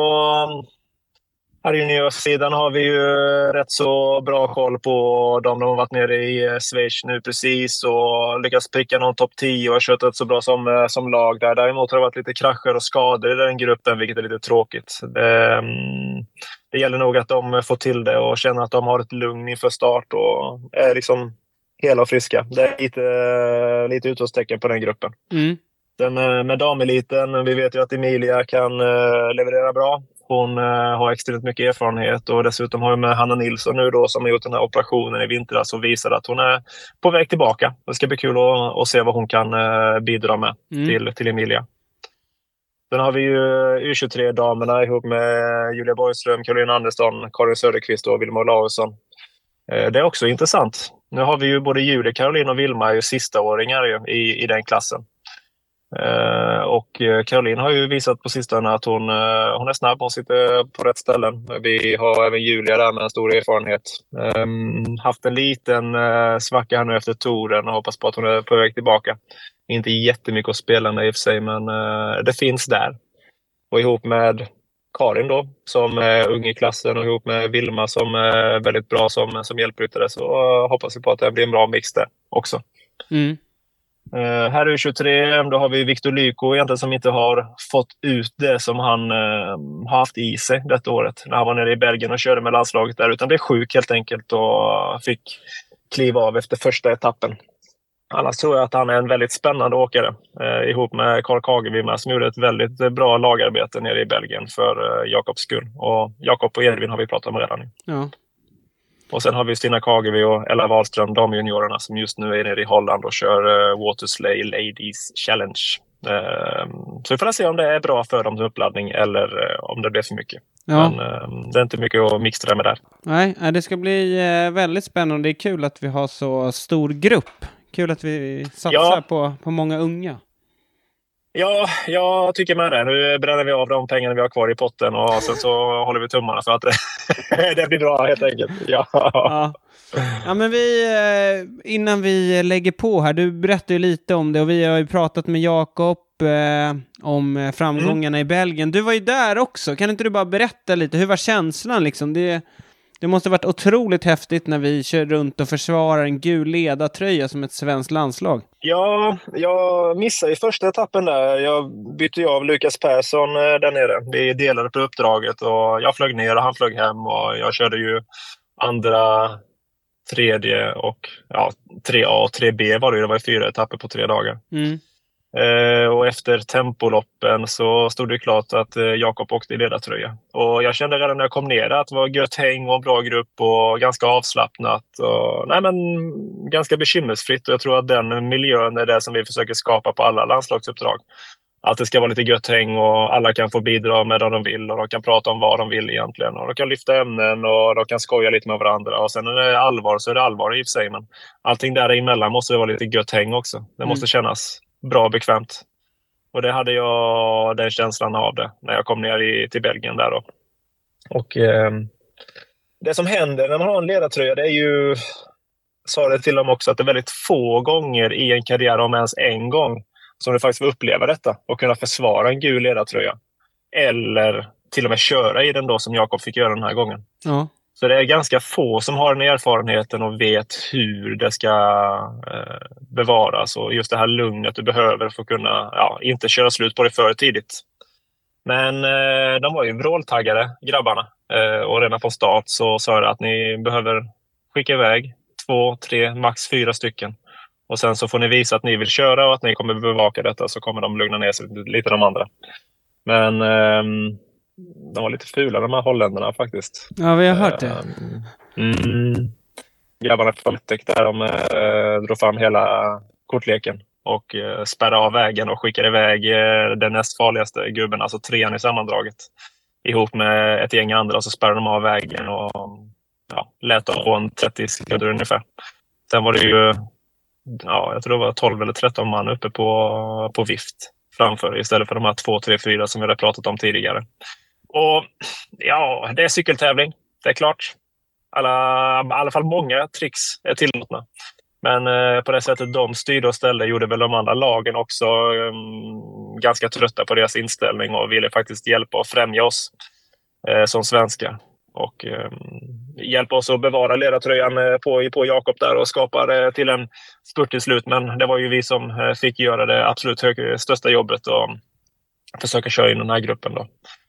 här i nya sidan har vi ju rätt så bra koll på de har varit nere i Schweiz nu precis och lyckats pricka någon topp 10 och har kört ett så bra som lag där. Däremot har det varit lite krascher och skador i den gruppen, vilket är lite tråkigt. Det gäller nog att de får till det och känner att de har ett lugn inför start och är liksom hela och friska. Det är lite utropstecken på den gruppen. Mm. Den med dameliten, vi vet ju att Emilia kan leverera bra. Hon har extremt mycket erfarenhet och dessutom har vi med Hanna Nilsson nu då som har gjort den här operationen i vintras och visar att hon är på väg tillbaka. Det ska bli kul att se vad hon kan bidra med till Emilia. Sen har vi ju U23-damerna ihop med Julia Borgström, Caroline Andersson, Karin Söderqvist och Vilma Olausson. Det är också intressant. Nu har vi ju både Julia, Caroline och Vilma är ju sistaåringar i den klassen. Och Caroline har ju visat på sistone att hon är snabb, hon sitter på rätt ställen. Vi har även Julia där med en stor erfarenhet. Haft en liten svacka här nu efter touren och hoppas på att hon är på väg tillbaka. Inte jättemycket att spela med i och för sig, men det finns där. Och ihop med Karin då, som är ung i klassen och ihop med Vilma som är väldigt bra som hjälpryttare, så hoppas vi på att det blir en bra mix där också. Mm. Här är 23, då har vi Victor Lyko egentligen som inte har fått ut det som han har haft i sig detta året när han var nere i Belgien och körde med landslaget där, utan blev sjuk helt enkelt och fick kliva av efter första etappen. Annars tror jag att han är en väldigt spännande åkare ihop med Karl Kagevi som gjorde ett väldigt bra lagarbete nere i Belgien för Jakobs skull. Och Jakob och Edvin har vi pratat om redan nu. Ja. Och sen har vi Stina Kagevi och Ella Wahlström, damjuniorerna som just nu är nere i Holland och kör Watersley Ladies Challenge. Så vi får se om det är bra för dem som uppladdning eller om det blir för mycket. Ja. Men det är inte mycket att mixtra med där. Nej, det ska bli väldigt spännande. Det är kul att vi har så stor grupp. Kul att vi satsar på många unga. Ja, jag tycker med det. Nu bränner vi av de pengarna vi har kvar i potten och sen så håller vi tummarna för att det blir bra helt enkelt. Ja, men innan vi lägger på här, du berättade ju lite om det och vi har ju pratat med Jakob om framgångarna i Belgien. Du var ju där också. Kan inte du bara berätta lite? Hur var känslan liksom? Det måste ha varit otroligt häftigt när vi kör runt och försvarar en gul ledartröja som ett svenskt landslag. Ja, jag missade i första etappen där. Jag bytte ju av Lukas Persson där nere. Vi delade på uppdraget och jag flög ner och han flög hem och jag körde ju andra, tredje och 3A och 3B var det ju. Det var 4 etapper på 3 dagar. Mm. Och efter tempoloppen så stod det klart att Jakob åkte i ledartröja. Och jag kände redan när jag kom ner att det var gött häng och en bra grupp och ganska avslappnat. Och, ganska bekymmersfritt. Och jag tror att den miljön är det som vi försöker skapa på alla landslagsuppdrag. Att det ska vara lite gött häng och alla kan få bidra med vad de vill och de kan prata om vad de vill egentligen. Och de kan lyfta ämnen och de kan skoja lite med varandra. Och sen när det är allvar så är det allvar i och för sig. Men allting däremellan måste vara lite gött häng också. Det måste kännas bra och bekvämt. Och det hade jag den känslan av det när jag kom ner till Belgien där då. Och det som händer när man har en ledartröja, det är ju, sa det till dem också, att det är väldigt få gånger i en karriär, om ens en gång, som du faktiskt får uppleva detta och kunna försvara en gul ledartröja. Eller till och med köra i den då som Jakob fick göra den här gången. Ja. Så det är ganska få som har den erfarenheten och vet hur det ska bevaras. Och just det här lugnet du behöver för att kunna inte köra slut på det för tidigt. Men de var ju vråltaggade, grabbarna. Och redan från start så sa jag att ni behöver skicka iväg 2, 3, max 4 stycken. Och sen så får ni visa att ni vill köra och att ni kommer bevaka detta, så kommer de lugna ner sig lite de andra. Men de var lite fula de här holländarna faktiskt. Ja, vi har hört det. Grabbarna på Faltek där de drog fram hela kortleken och spärrade av vägen och skickade iväg den näst farligaste gubben, alltså 3:an i sammandraget. Ihop med ett gäng andra, så spärrade de av vägen och lät dem gå en 30 sekunder ungefär. Sen var det ju, jag tror det var 12 eller 13 man uppe på vift framför, istället för de här 2, 3, 4 som vi hade pratat om tidigare. Och det är cykeltävling, det är klart. I alla fall många tricks är tillåtna. Men på det sättet de styrde och ställde gjorde väl de andra lagen också ganska trötta på deras inställning och ville faktiskt hjälpa och främja oss som svenskar. Och hjälpa oss att bevara ledartröjan på Jakob där och skapa det till en spurt till slut. Men det var ju vi som fick göra det absolut största jobbet och försöka köra in den här gruppen då.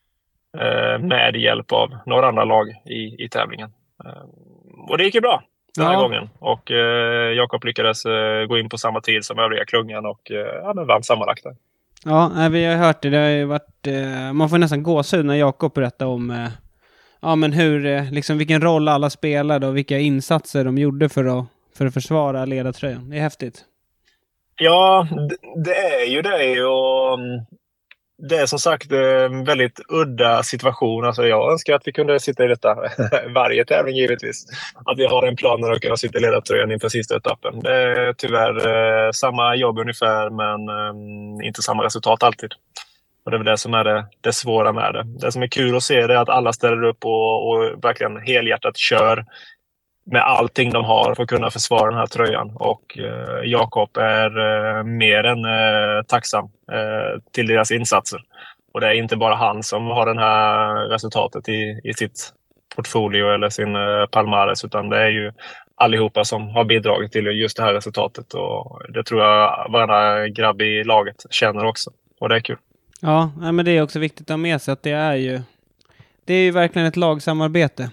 Med hjälp av några andra lag i tävlingen. Och det gick ju bra den här gången. Och Jakob lyckades gå in på samma tid som övriga klungan och vann sammanlagt där. Ja, vi har hört det. Det har ju varit, man får nästan gåshud när Jakob berättar om men hur, liksom vilken roll alla spelade och vilka insatser de gjorde för att försvara ledartröjan. Det är häftigt. Ja, det är ju det. Och det är som sagt en väldigt udda situation. Alltså jag önskar att vi kunde sitta i detta varje tävling givetvis. Att vi har en plan att kunna sitta i ledartröjan inför sista etappen. Det är tyvärr samma jobb ungefär, men inte samma resultat alltid. Och det är väl det som är det svåra med det. Det som är kul att se är att alla ställer upp och verkligen helhjärtat kör med allting de har för att kunna försvara den här tröjan. Och Jakob är mer än tacksam till deras insatser. Och det är inte bara han som har det här resultatet i sitt portfolio eller sin palmares, utan det är ju allihopa som har bidragit till just det här resultatet. Och det tror jag varenda grabb i laget känner också. Och det är kul. Ja, men det är också viktigt att ha med sig att det är ju verkligen ett lagsamarbete.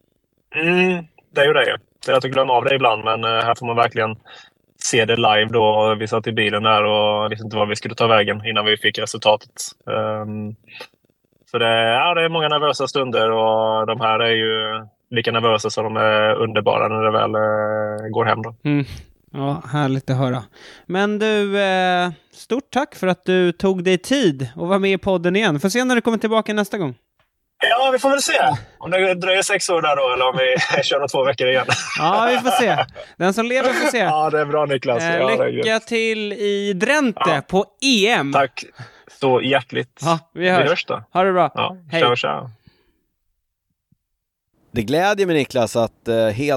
Det är ju det. Det är att glömma av det ibland, men här får man verkligen se det live då. Vi satt i bilen där och visste inte var vi skulle ta vägen innan vi fick resultatet. Så det är många nervösa stunder och de här är ju lika nervösa som de är underbara när det väl går hem då. Ja, härligt att höra. Men du, stort tack för att du tog dig tid och var med i podden igen. Får se när du kommer tillbaka nästa gång. Ja, vi får väl se. Om det dröjer 6 år där då, eller om vi kör 2 veckor igen. Ja, vi får se. Den som lever får se. Ja, det är bra Niklas. Lycka till i Drenthe på EM. Tack så hjärtligt. Ja, vi hörs då. Ha det bra. Ja, hej. Ciao. Det glädjer mig Niklas att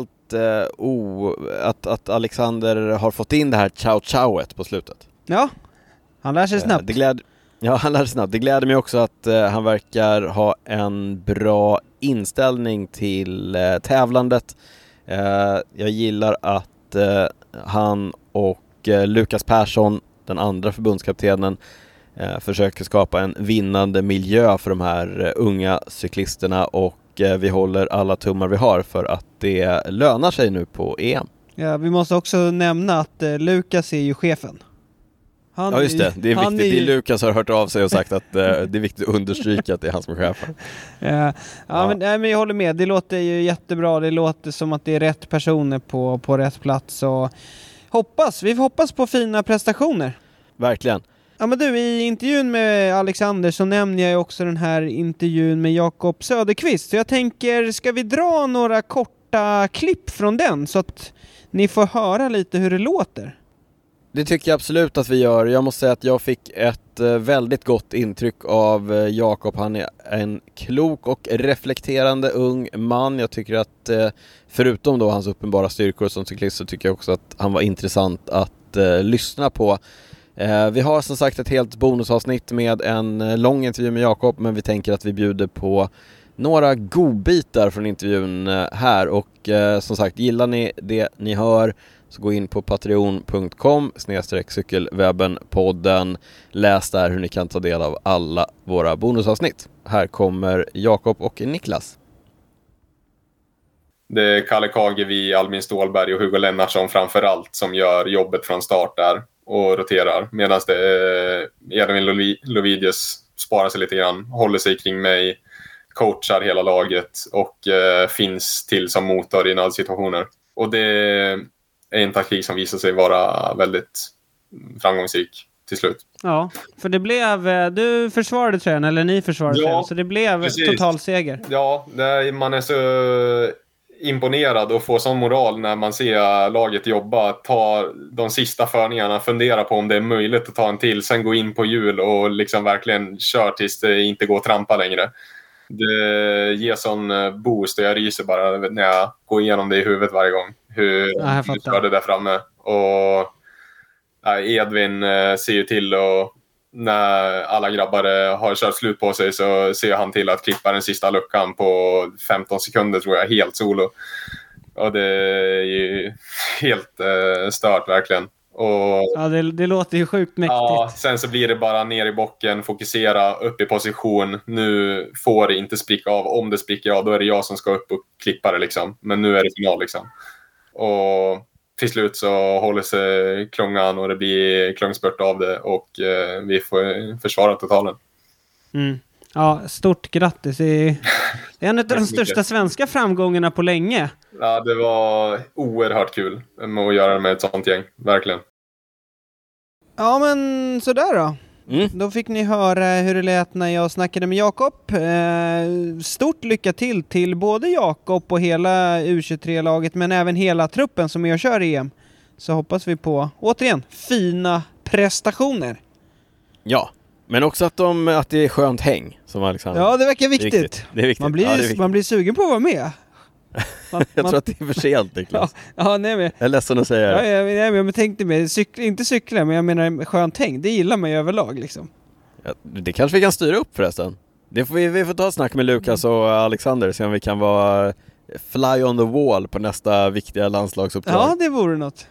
att Alexander har fått in det här ciao-ciaoet på slutet. Ja, han lär sig snabbt. Han lär sig snabbt. Det gläder mig också att han verkar ha en bra inställning till tävlandet. Jag gillar att han och Lukas Persson, den andra förbundskaptenen, försöker skapa en vinnande miljö för de här unga cyklisterna, och vi håller alla tummar vi har för att det lönar sig nu på EM. Ja, vi måste också nämna att Lukas är ju chefen. Ja just det, det är viktigt. Det är Lukas har hört av sig och sagt att det är viktigt att understryka att det är han som är chefen. Men jag håller med, det låter ju jättebra. Det låter som att det är rätt personer på rätt plats, och vi hoppas på fina prestationer. Verkligen. Ja, men du, i intervjun med Alexander så nämner jag också den här intervjun med Jakob Söderqvist. Så jag tänker, ska vi dra några korta klipp från den så att ni får höra lite hur det låter? Det tycker jag absolut att vi gör. Jag måste säga att jag fick ett väldigt gott intryck av Jakob. Han är en klok och reflekterande ung man. Jag tycker att förutom då hans uppenbara styrkor som cyklist, så tycker jag också att han var intressant att lyssna på. Vi har som sagt ett helt bonusavsnitt med en lång intervju med Jakob, men vi tänker att vi bjuder på några godbitar från intervjun här. Och som sagt, gillar ni det ni hör så gå in på patreon.com/cykelwebbenpodden. Läs där hur ni kan ta del av alla våra bonusavsnitt. Här kommer Jakob och Niklas. Det är Kalle Kagevi, Albin Stålberg och Hugo Lennartsson framförallt som gör jobbet från start där och roterar. Medan det är Edvin Lovidius sparar sig lite grann, håller sig kring mig, coachar hela laget och finns till som motor i nödsituationer. Och det är en taktik som visar sig vara väldigt framgångsrik till slut. Ja, för det blev, du försvarade tröjan, eller ni försvarade tröjan, så det blev total seger. Ja, man är så imponerad och får sån moral när man ser laget jobba, ta de sista förningarna, fundera på om det är möjligt att ta en till, sen gå in på hjul och liksom verkligen kör tills det inte går att trampa längre. Det ger sån boost och jag ryser bara när jag går igenom det i huvudet varje gång. Hur du körde där framme. Och Edvin ser ju till, och när alla grabbar har kört slut på sig så ser han till att klippa den sista luckan på 15 sekunder tror jag, helt solo. Och det är ju helt stört verkligen. Och, ja, det låter ju sjukt mäktigt. Ja, sen så blir det bara ner i bocken, fokusera, upp i position. Nu får det inte spricka av. Om det spricker av, då är det jag som ska upp och klippa det liksom. Men nu är det final liksom. Och till slut så håller sig klungan och det blir klungspurt av det. Och vi får försvara totalen. Mm. Ja, stort grattis. Det är en av de största svenska framgångarna på länge. Ja, det var oerhört kul att göra det med ett sånt gäng. Verkligen. Ja, men sådär då. Då fick ni höra hur det lät när jag snackade med Jakob. Stort lycka till både Jakob och hela U23-laget, men även hela truppen som är och kör EM. Så hoppas vi på, återigen, fina prestationer. Ja, men också att det är skönt häng, som Alexander. Ja, det verkar viktigt. Det är viktigt. Man blir sugen på att vara med. Jag tror att det är för sent, Niklas. Ja, nej, men jag är ledsen att säga det. Ja, jag tänkte med inte cykla, men jag menar skönt häng. Det gillar man ju överlag liksom. Ja, det kanske vi kan styra upp förresten. Det får vi får ta ett snack med Lukas och Alexander, se om vi kan vara fly on the wall på nästa viktiga landslagsuppdrag. Ja, det vore något.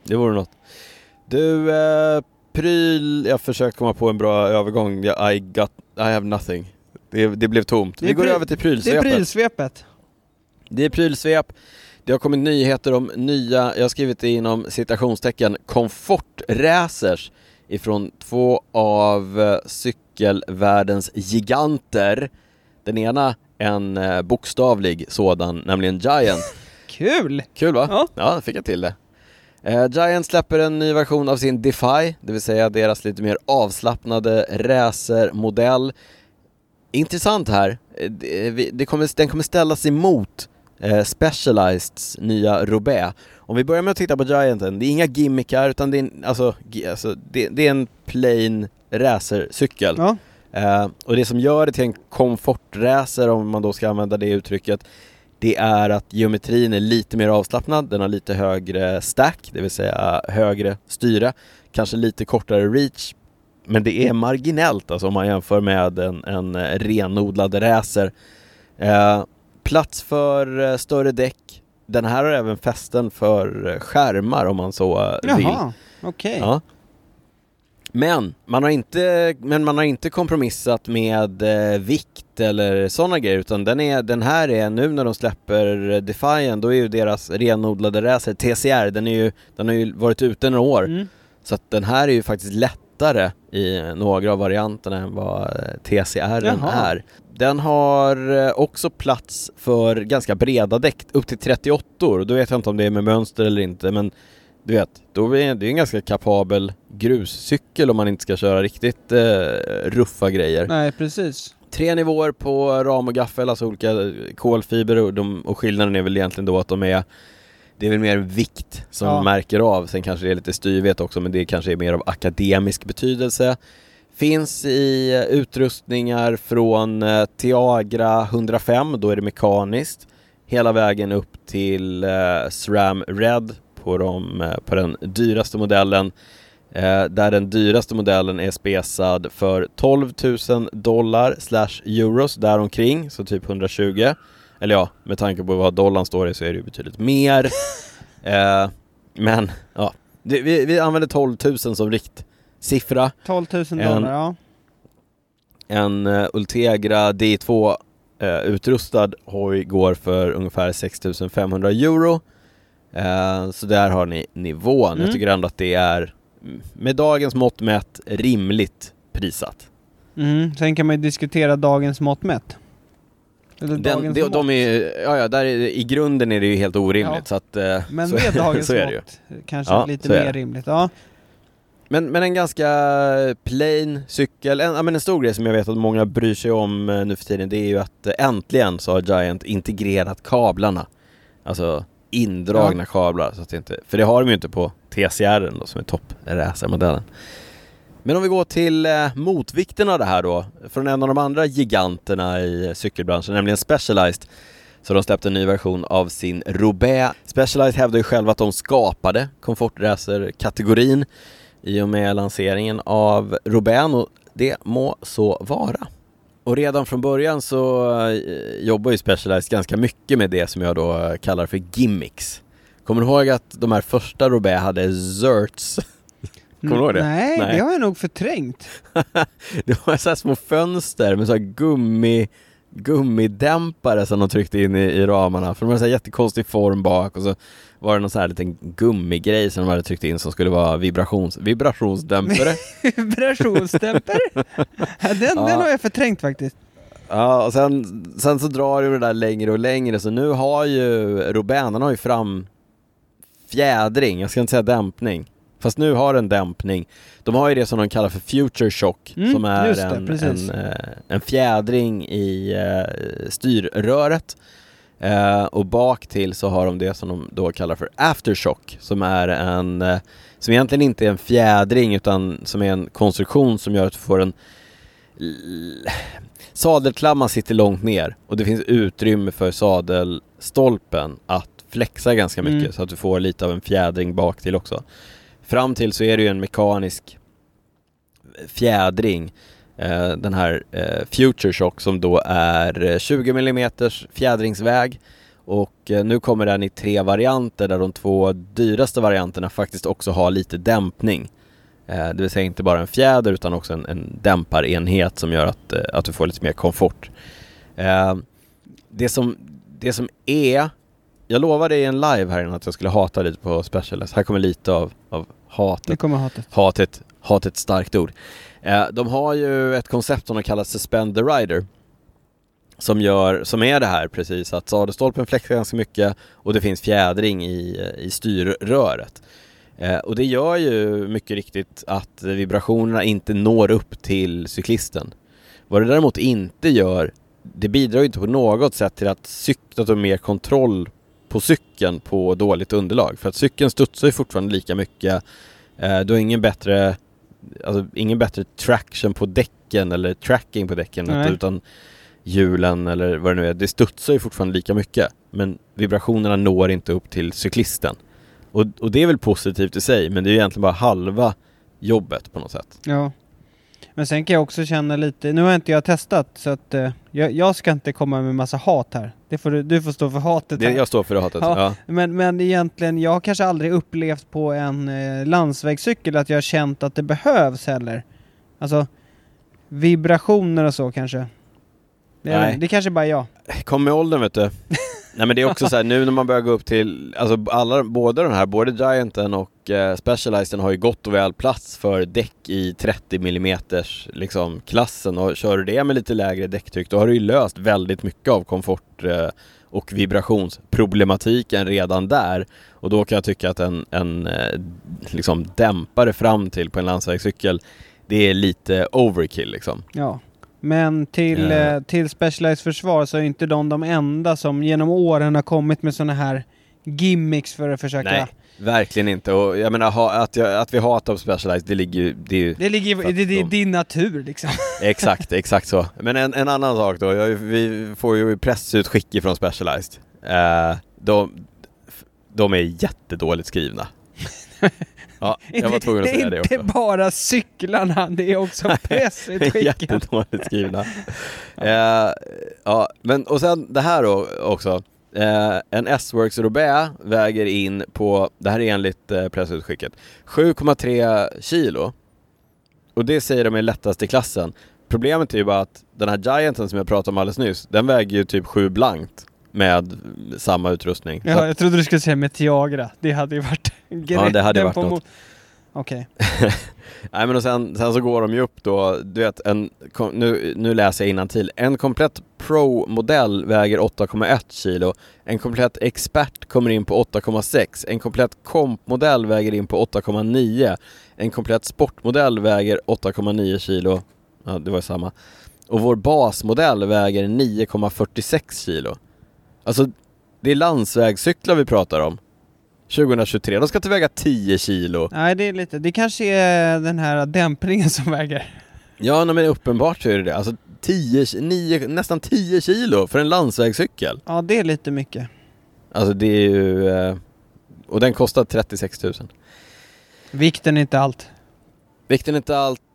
Du, pryl, jag försöker komma på en bra övergång. I have nothing. Det blev tomt. Vi går över till prylsvepet. Det är prylsvep. Det har kommit nyheter om nya, jag har skrivit det inom citationstecken, komfortracers ifrån två av cykelvärldens giganter. Den ena en bokstavlig sådan, nämligen Giant. Kul va? Ja, fick jag till det. Giant släpper en ny version av sin Defy, det vill säga deras lite mer avslappnade racermodell. Intressant här, den kommer ställas emot Specializeds nya Roubaix. Om vi börjar med att titta på Gianten, det är inga gimmickar utan det är en plain racercykel. Ja. Och det som gör det till en komfortracer, om man då ska använda det uttrycket, det är att geometrin är lite mer avslappnad, den har lite högre stack, det vill säga högre styre, kanske lite kortare reach, men det är marginellt alltså om man jämför med en renodlad racer. Plats för större däck. Den här har även fästen för skärmar om man så vill. Jaha, okej. Ja. Men man har inte kompromissat med vikt eller sådana grejer, utan den här är nu när de släpper Defien, då är ju deras renodlade racer TCR, den har ju varit ute några år. Så att den här är ju faktiskt lättare i några av varianterna än vad TCR är. Den har också plats för ganska breda däck, upp till 38 år. Då vet jag inte om det är med mönster eller inte, men du vet, då är det en ganska kapabel gruscykel om man inte ska köra riktigt ruffa grejer. Nej, precis. 3 nivåer på ram och gaffel, alltså olika kolfiber, och skillnaden är väl egentligen då att det är väl mer vikt som man märker av. Sen kanske det är lite styrvet också, men det kanske är mer av akademisk betydelse. Finns i utrustningar från Tiagra 105, då är det mekaniskt, hela vägen upp till SRAM Red på den dyraste modellen. Där den dyraste modellen är spesad för $12,000/euros däromkring, så typ 120. Eller ja, med tanke på vad dollarn står i så är det ju betydligt mer. Men ja, vi använder 12 000 som riktsiffra. $12,000, ja. En Ultegra D2 utrustad hoj går för ungefär 6,500 euro. Så där har ni nivån. Jag tycker ändå att det är med dagens mått mätt rimligt prissatt. Sen kan man ju diskutera dagens mått mätt. I grunden är det ju helt orimligt. Ja. Så att, men med dagens mått kanske lite mer rimligt. Ja. Men en ganska plain cykel. En stor grej som jag vet att många bryr sig om nu för tiden, det är ju att äntligen så har Giant integrerat kablarna. Alltså indragna kablar. Så att det inte, för det har de ju inte på TCR som är topp-racermodellen. Men om vi går till motvikten av det här då, från en av de andra giganterna i cykelbranschen, nämligen Specialized. Så de släppte en ny version av sin Roubaix. Specialized hävdar ju själva att de skapade komfortracer-kategorin i och med lanseringen av Roubaix, och det må så vara. Och redan från början så jobbar ju Specialized ganska mycket med det som jag då kallar för gimmicks. Kommer du ihåg att de här första Roubaix hade Zerts? Kommer du ihåg det? Nej, det har jag nog förträngt. Det var så här små fönster med så här gummidämpare som de tryckte in i ramarna. För de hade så här jättekonstig form bak, och så var det någon så här liten gummigrej som de hade tryckt in som skulle vara vibrationsdämpare. Vibrationsdämpare? Den har jag förträngt faktiskt. Ja, och sen så drar ju det där längre och längre, så nu har ju Roubaix, har ju fram fjädring, jag ska inte säga dämpning. Fast nu har den dämpning. De har ju det som de kallar för Future Shock, som är en fjädring i styrröret. Och bak till så har de det som de då kallar för Aftershock, som är som egentligen inte är en fjädring utan som är en konstruktion som gör att du får en sadelklamman sitter långt ner och det finns utrymme för sadelstolpen att flexa ganska mycket, så att du får lite av en fjädring bak till också. Fram till så är det ju en mekanisk fjädring, den här Future Shock, som då är 20 mm fjädringsväg, och nu kommer den i 3 varianter, där de 2 dyraste varianterna faktiskt också har lite dämpning. Det vill säga inte bara en fjäder utan också en dämparenhet som gör att du får lite mer komfort. Det som är, jag lovade i en live här innan att jag skulle hata lite på Specialized. Här kommer lite av hatet. Det kommer hatet. Hatet starkt ord. De har ju ett koncept som de kallar Suspend the Rider, som är det här precis, att sadelstolpen flexar ganska mycket och det finns fjädring i styrröret. Och det gör ju mycket riktigt att vibrationerna inte når upp till cyklisten. Vad det däremot inte gör, det bidrar ju inte på något sätt till att du har mer kontroll på cykeln på dåligt underlag. För att cykeln studsar ju fortfarande lika mycket. Du har ingen bättre traction på däcken eller tracking på däcken utan hjulen eller vad det nu är. Det studsar ju fortfarande lika mycket, men vibrationerna når inte upp till cyklisten. Och det är väl positivt i sig, men det är ju egentligen bara halva jobbet på något sätt. Ja. Men sen kan jag också känna lite, nu har inte jag testat, så att jag ska inte komma med massa hat här. Du får stå för hatet här. Jag står för hatet, ja. Men egentligen, jag har kanske aldrig upplevt på en landsvägscykel att jag har känt att det behövs heller. Alltså, vibrationer och så kanske. Det kanske bara jag. Kom med åldern, vet du. Nej, men det är också så här, nu när man börjar gå upp till, alltså både Gianten och Specialized har ju gott och väl plats för däck i 30 mm liksom klassen, och kör du det med lite lägre däcktryck, då har du ju löst väldigt mycket av komfort och vibrationsproblematiken redan där, och då kan jag tycka att en liksom dämpare fram till på en landsvägscykel, det är lite overkill liksom. Ja. Men till Specialized försvar så är inte de enda som genom åren har kommit med såna här gimmicks för att försöka... Nej, verkligen inte. Och jag menar, att vi hatar Specialized, det ligger i din natur liksom. Exakt så. Men en annan sak då, vi får ju pressutskick från Specialized. De är jättedåligt skrivna. Ja, jag var tvungen att säga det också. Det är inte bara cyklarna, det är också pressutskicken. Jättedåligt skrivna. Ja, men och sen det här då också. En S-Works Roubaix väger in på, det här är enligt pressutskicket, 7,3 kilo. Och det säger de är lättast i klassen. Problemet är ju bara att den här Gianten som jag pratade om alldeles nyss, den väger ju typ 7 blankt med samma utrustning. Ja, jag trodde du skulle säga Metiagra. Det hade ju varit ja, det hade varit något. Okej. Nej, men och sen så går de ju upp då, du vet, nu läser jag innantill. En komplett Pro-modell väger 8,1 kilo. En komplett Expert kommer in på 8,6. En komplett Comp-modell väger in på 8,9. En komplett Sportmodell väger 8,9 kilo. Ja, det var samma. Och vår basmodell väger 9,46 kilo. Alltså, det är landsvägscyklar vi pratar om. 2023, de ska inte väga 10 kilo. Nej, det är lite. Det kanske är den här dämpningen som väger. Ja, men uppenbart så är det. Alltså nästan 10 kilo för en landsvägscykel. Ja, det är lite mycket. Alltså det är ju... och den kostar 36 000. Vikten är inte allt. Vikten är inte allt.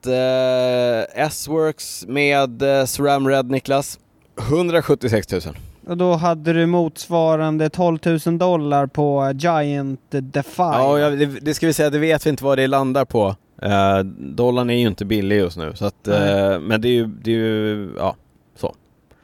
S-Works med SRAM Red, Niklas. 176 000. Och då hade du motsvarande $12,000 på Giant Defy. Ja, det ska vi säga, det vet vi inte vad det landar på. Dollarn är ju inte billig just nu. Så att, men det är ju ja, så.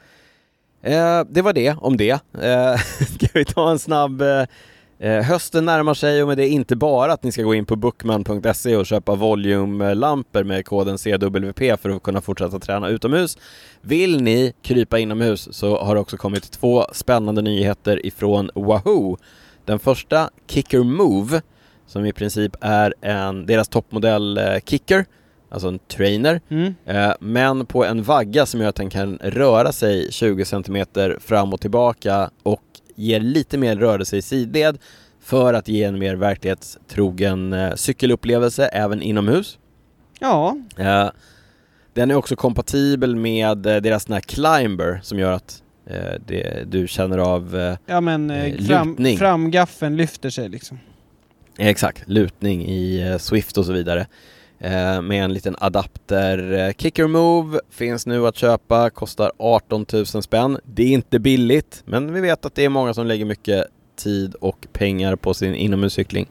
Det var det om det. Ska vi ta en snabb... hösten närmar sig och med det inte bara att ni ska gå in på bookman.se och köpa volume-lampor med koden CWP för att kunna fortsätta träna utomhus. Vill ni krypa inomhus så har det också kommit 2 spännande nyheter ifrån Wahoo. Den första, Kicker Move, som i princip är deras toppmodell kicker, alltså en trainer, men på en vagga som gör att den kan röra sig 20 cm fram och tillbaka och ger lite mer rörelse i sidled för att ge en mer verklighetstrogen cykelupplevelse även inomhus. Ja. Den är också kompatibel med deras sån här Climber som gör att du känner av lutning. Framgaffeln lyfter sig liksom. Exakt, lutning i Swift och så vidare. Med en liten adapter. Kicker Move finns nu att köpa, kostar 18 000 spänn. Det är inte billigt, men vi vet att det är många som lägger mycket tid och pengar på sin inomhuscykling.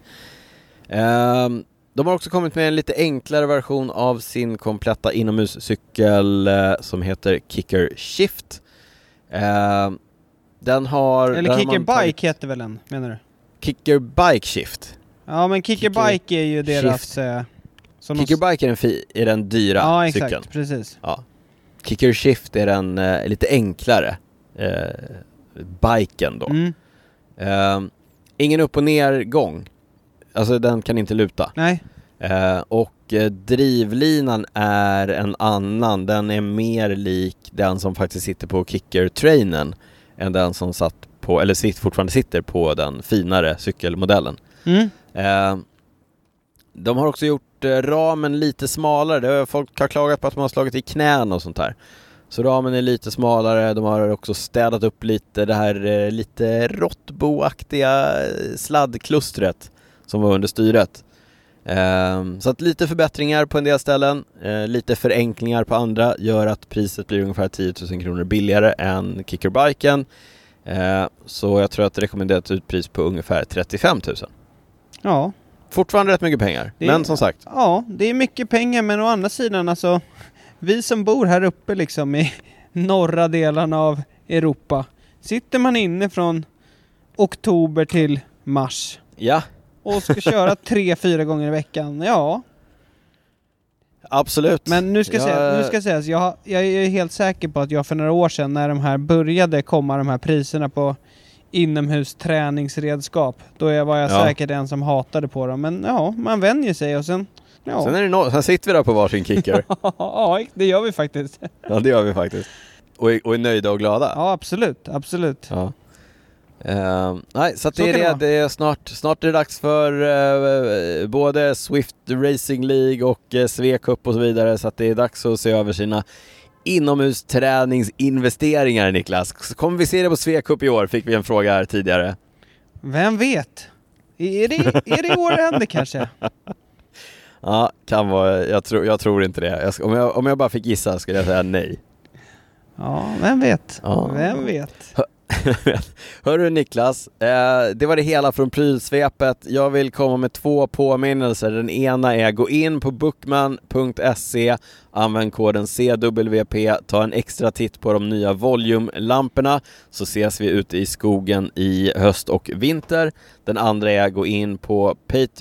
De har också kommit med en lite enklare version av sin kompletta inomhuscykel som heter Kicker Shift. Den har... Eller Kicker Bike heter väl den, menar du? Kicker Bike Shift. Ja, men Kicker Bike är ju deras... Kicker Bike är den dyra cykeln. Ja, exakt, precis. Ja. Kicker Shift är den lite enklare biken då. Ingen upp- och nergång. Alltså den kan inte luta. Nej. Och drivlinan är en annan. Den är mer lik den som faktiskt sitter på Kicker-trainen än den som satt på, eller fortfarande sitter på den finare cykelmodellen. De har också gjort ramen lite smalare. Folk har klagat på att man har slagit i knän och sånt där. Så ramen är lite smalare. De har också städat upp lite det här lite råttboaktiga sladdklustret som var under styret. Så att lite förbättringar på en del ställen, lite förenklingar på andra gör att priset blir ungefär 10 000 kronor billigare än Kickerbiken. Så jag tror att det rekommenderat ut pris på ungefär 35 000. Ja. Fortfarande rätt mycket pengar, men som sagt. Ja, det är mycket pengar, men å andra sidan alltså, vi som bor här uppe liksom i norra delarna av Europa, sitter man inne från oktober till mars. Ja. Och ska köra 3-4 gånger i veckan, ja. Absolut. Men nu ska sägas, jag är helt säker på att jag för några år sedan när de här började komma, de här priserna på inomhus träningsredskap, då var jag säkert den som hatade på dem. Men ja, man vänjer sig och sen... Ja. Sen sitter vi där på varsin kicker. Ja, det gör vi faktiskt. Ja, det gör vi faktiskt. Och är nöjda och glada. Ja, absolut. Ja. Nej, så att det är snart är det dags för både Swift Racing League och Svecup och så vidare. Så att det är dags att se över sina inomhusträningsinvesteringar, Niklas. Kommer vi se det på Svecup i år? Fick vi en fråga här tidigare. Vem vet? Är det i år det händer kanske? Ja, kan vara. Jag tror inte det. Om jag bara fick gissa skulle jag säga nej. Ja, vem vet? Ja. Vem vet? Hörru Niklas, det var det hela från prylsvepet. Jag vill komma med 2 påminnelser. Den ena är gå in på bookman.se, använd koden CWP, ta en extra titt på de nya volume-lamporna, så ses vi ute i skogen i höst och vinter. Den andra är gå in på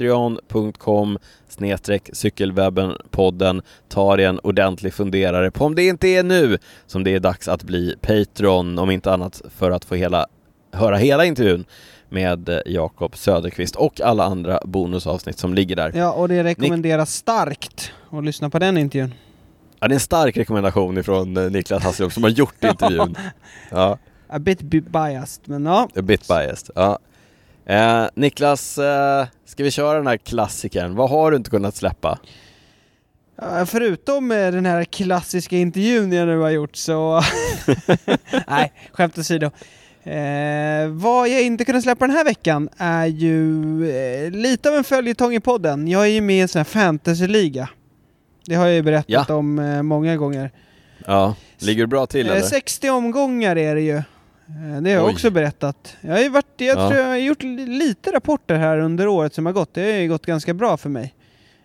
patreon.com/cykelwebbenpodden, ta dig en ordentlig funderare på om det inte är nu som det är dags att bli Patreon, om inte annat för att få höra hela intervjun med Jakob Söderqvist och alla andra bonusavsnitt som ligger där. Ja, och det rekommenderas starkt att lyssna på den intervjun. Ja, det är en stark rekommendation ifrån Niklas Hasslum som har gjort intervjun. Ja. A bit biased, men ja. A bit biased, ja. Niklas, ska vi köra den här klassikern? Vad har du inte kunnat släppa? Förutom den här klassiska intervjun jag nu har gjort så... Nej, skämt åsido. Vad jag inte kunnat släppa den här veckan är ju lite av en följetong i podden. Jag är ju med i en sån här fantasyliga. Det har jag ju berättat om många gånger. Ja, ligger du bra till eller? 60 omgångar är det ju. Det har jag också berättat. Jag tror jag har gjort lite rapporter här under året som har gått. Det har ju gått ganska bra för mig.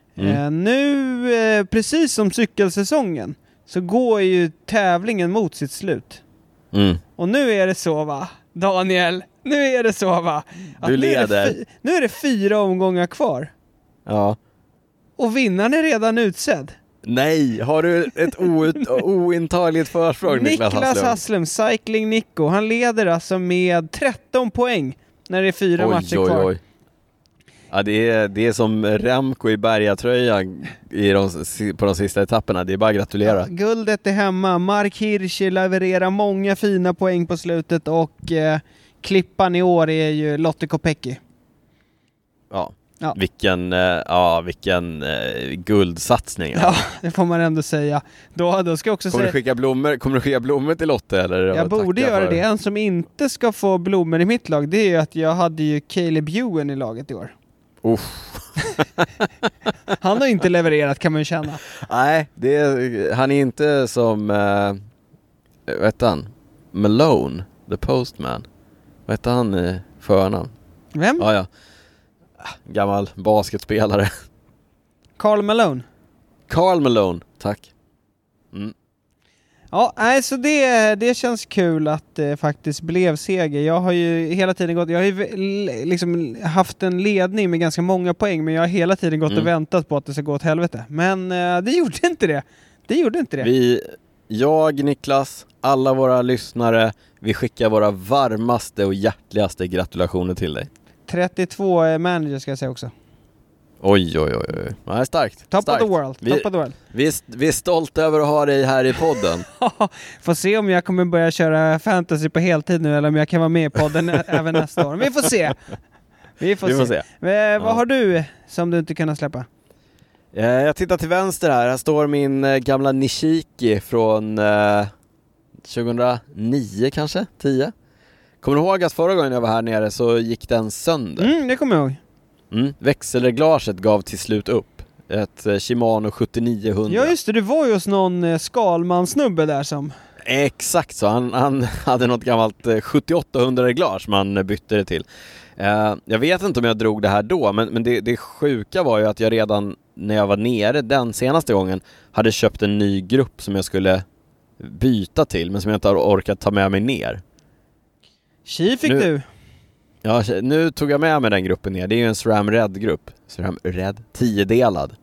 Nu, precis som cykelsäsongen, så går ju tävlingen mot sitt slut. Och nu är det så, va? Daniel, nu är det så, va? Att du leder. Nu är det 4 omgångar kvar. Ja. Och vinnaren är redan utsedd. Nej, har du ett ointagligt försprång, Niklas Hasslum, Cycling Nico. Han leder alltså med 13 poäng när det är 4 matcher kvar. Oj. Ja, det är som Remco i bergatröjan på de sista etapperna. Det är bara att gratulera. Ja, guldet är hemma. Mark Hirschi levererar många fina poäng på slutet och klippan i år är ju Lotte Kopecky. Ja. Vilken guldsatsning. Ja, det får man ändå säga. Då ska jag också Kommer du skicka blommor till Lotte eller? Jag borde göra det. En som inte ska få blommor i mitt lag, det är ju att jag hade ju Caleb Ewan i laget i år. Han har inte levererat, kan man ju känna. Nej, han är inte som vad heter han? Malone, the postman. Vad heter han i förnamn? Vem? Ja. Gammal basketspelare. Karl Malone, tack. Ja, så det känns kul att det faktiskt blev seger. Jag har ju hela tiden jag har ju liksom haft en ledning med ganska många poäng, men jag har hela tiden gått och väntat på att det ska gå åt helvete. Men det gjorde inte det. Jag, Niklas, alla våra lyssnare, vi skickar våra varmaste och hjärtligaste gratulationer till dig. 32 manager ska jag säga också. Oj. Ja, starkt. Top of the world. Vi är stolta över att ha dig här i podden. Får se om jag kommer börja köra fantasy på heltid nu eller om jag kan vara med i podden även nästa år. Vi får se. Vi får se. Vad har du som du inte kunnat släppa? Jag tittar till vänster här. Här står min gamla Nishiki från 2009 kanske, 10. Kommer du ihåg att förra gången jag var här nere så gick den sönder? Det kommer jag ihåg. Växelreglaget gav till slut upp. Ett Shimano 7900. Ja just det, du var ju hos någon Skalman-snubbe där som... Exakt så, han hade något gammalt 7800 reglage man bytte det till. Jag vet inte om jag drog det här då, men det sjuka var ju att jag redan när jag var nere den senaste gången hade köpt en ny grupp som jag skulle byta till, men som jag inte har orkat ta med mig ner. Tji fick du. Ja, nu tog jag med mig den gruppen ner. Det är ju en SRAM Red-grupp. SRAM Red, 10-delad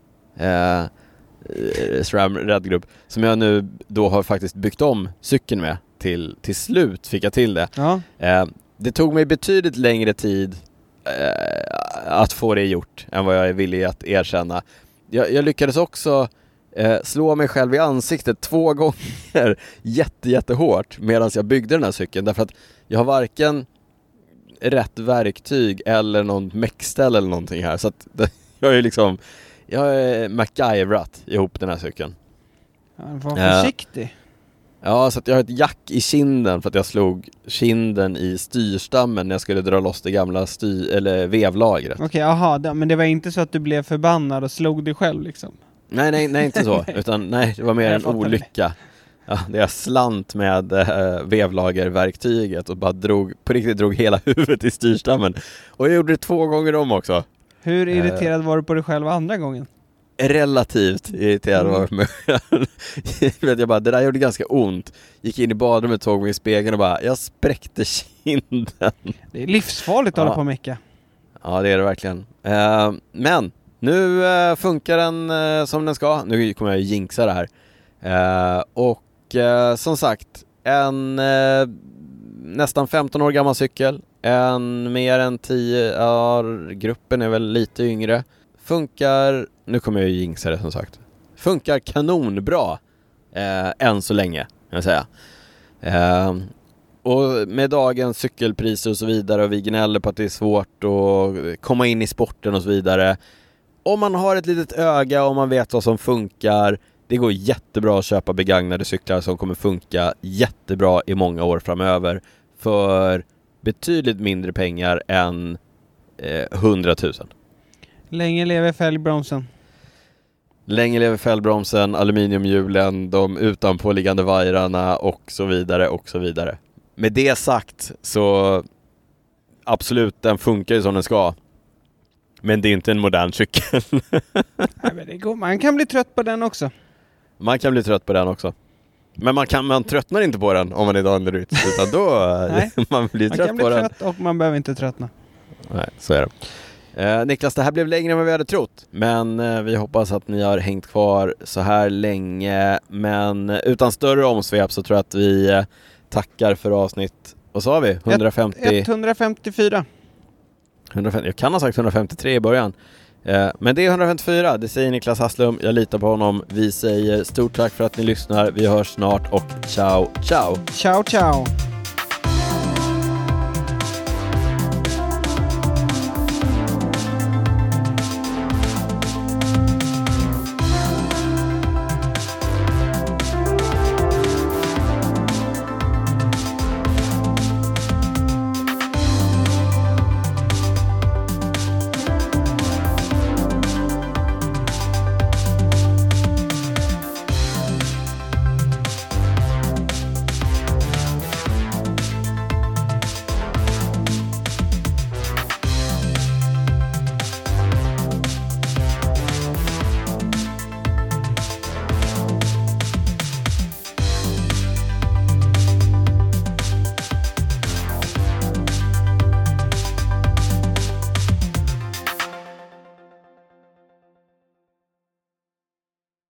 SRAM Red-grupp. Som jag nu då har faktiskt byggt om cykeln med. Till slut fick jag till det. Ja. Det tog mig betydligt längre tid att få det gjort än vad jag är villig att erkänna. Jag lyckades också slå mig själv i ansiktet 2 gånger jättehårt medan jag byggde den här cykeln. Därför att jag har varken rätt verktyg eller någon mäckställ eller någonting här. Så att jag är MacGyverat ihop den här cykeln. Var försiktig. Ja, så att jag har ett jack i kinden för att jag slog kinden i styrstammen när jag skulle dra loss det gamla vevlagret. Okej, aha, men det var inte så att du blev förbannad och slog dig själv liksom? Nej, inte så. Utan det var mer en olycka. Ja, det jag slant med vevlagerverktyget och bara på riktigt drog hela huvudet i styrstammen. Och jag gjorde det 2 gånger om också. Hur irriterad var du på dig själv andra gången? Relativt irriterad var jag med. Jag bara, det där gjorde ganska ont. Gick in i badrummet, tog mig i spegeln och bara, jag spräckte kinden. Det är livsfarligt att hålla på och mecka. Ja, det är det verkligen. Men nu funkar den som den ska. Nu kommer jag jinxa det här. Och som sagt, en nästan 15 år gammal cykel. En mer än 10 år. Gruppen är väl lite yngre. Funkar, nu kommer jag jinxa det som sagt. Funkar kanonbra än så länge, kan jag säga. Och med dagens cykelpriser och så vidare, och vi gnäller på att det är svårt att komma in i sporten och så vidare. Om man har ett litet öga och man vet vad som funkar, det går jättebra att köpa begagnade cyklar som kommer funka jättebra i många år framöver för betydligt mindre pengar än 100 000. Länge lever fälgbromsen. Länge lever fälgbromsen, aluminiumhjulen, de utanpåliggande vajrarna och så vidare och så vidare. Med det sagt så absolut, den funkar ju som den ska. Men det är inte en modern cykel. Nej, men det går. Man kan bli trött på den också. Man kan bli trött på den också. Men man tröttnar inte på den om man är Daniel Rytz, utan då man blir trött på den. Man kan bli trött och man behöver inte tröttna. Nej, så är det. Niklas, det här blev längre än vad vi hade trott. Men vi hoppas att ni har hängt kvar så här länge. Men utan större omsvep så tror jag att vi tackar för avsnitt. Vad sa vi? 154. Jag kan ha sagt 153 i början. Men det är 154, det säger Niklas Hasslum. Jag litar på honom. Vi säger stort tack för att ni lyssnar. Vi hörs snart och ciao, ciao. Ciao, ciao.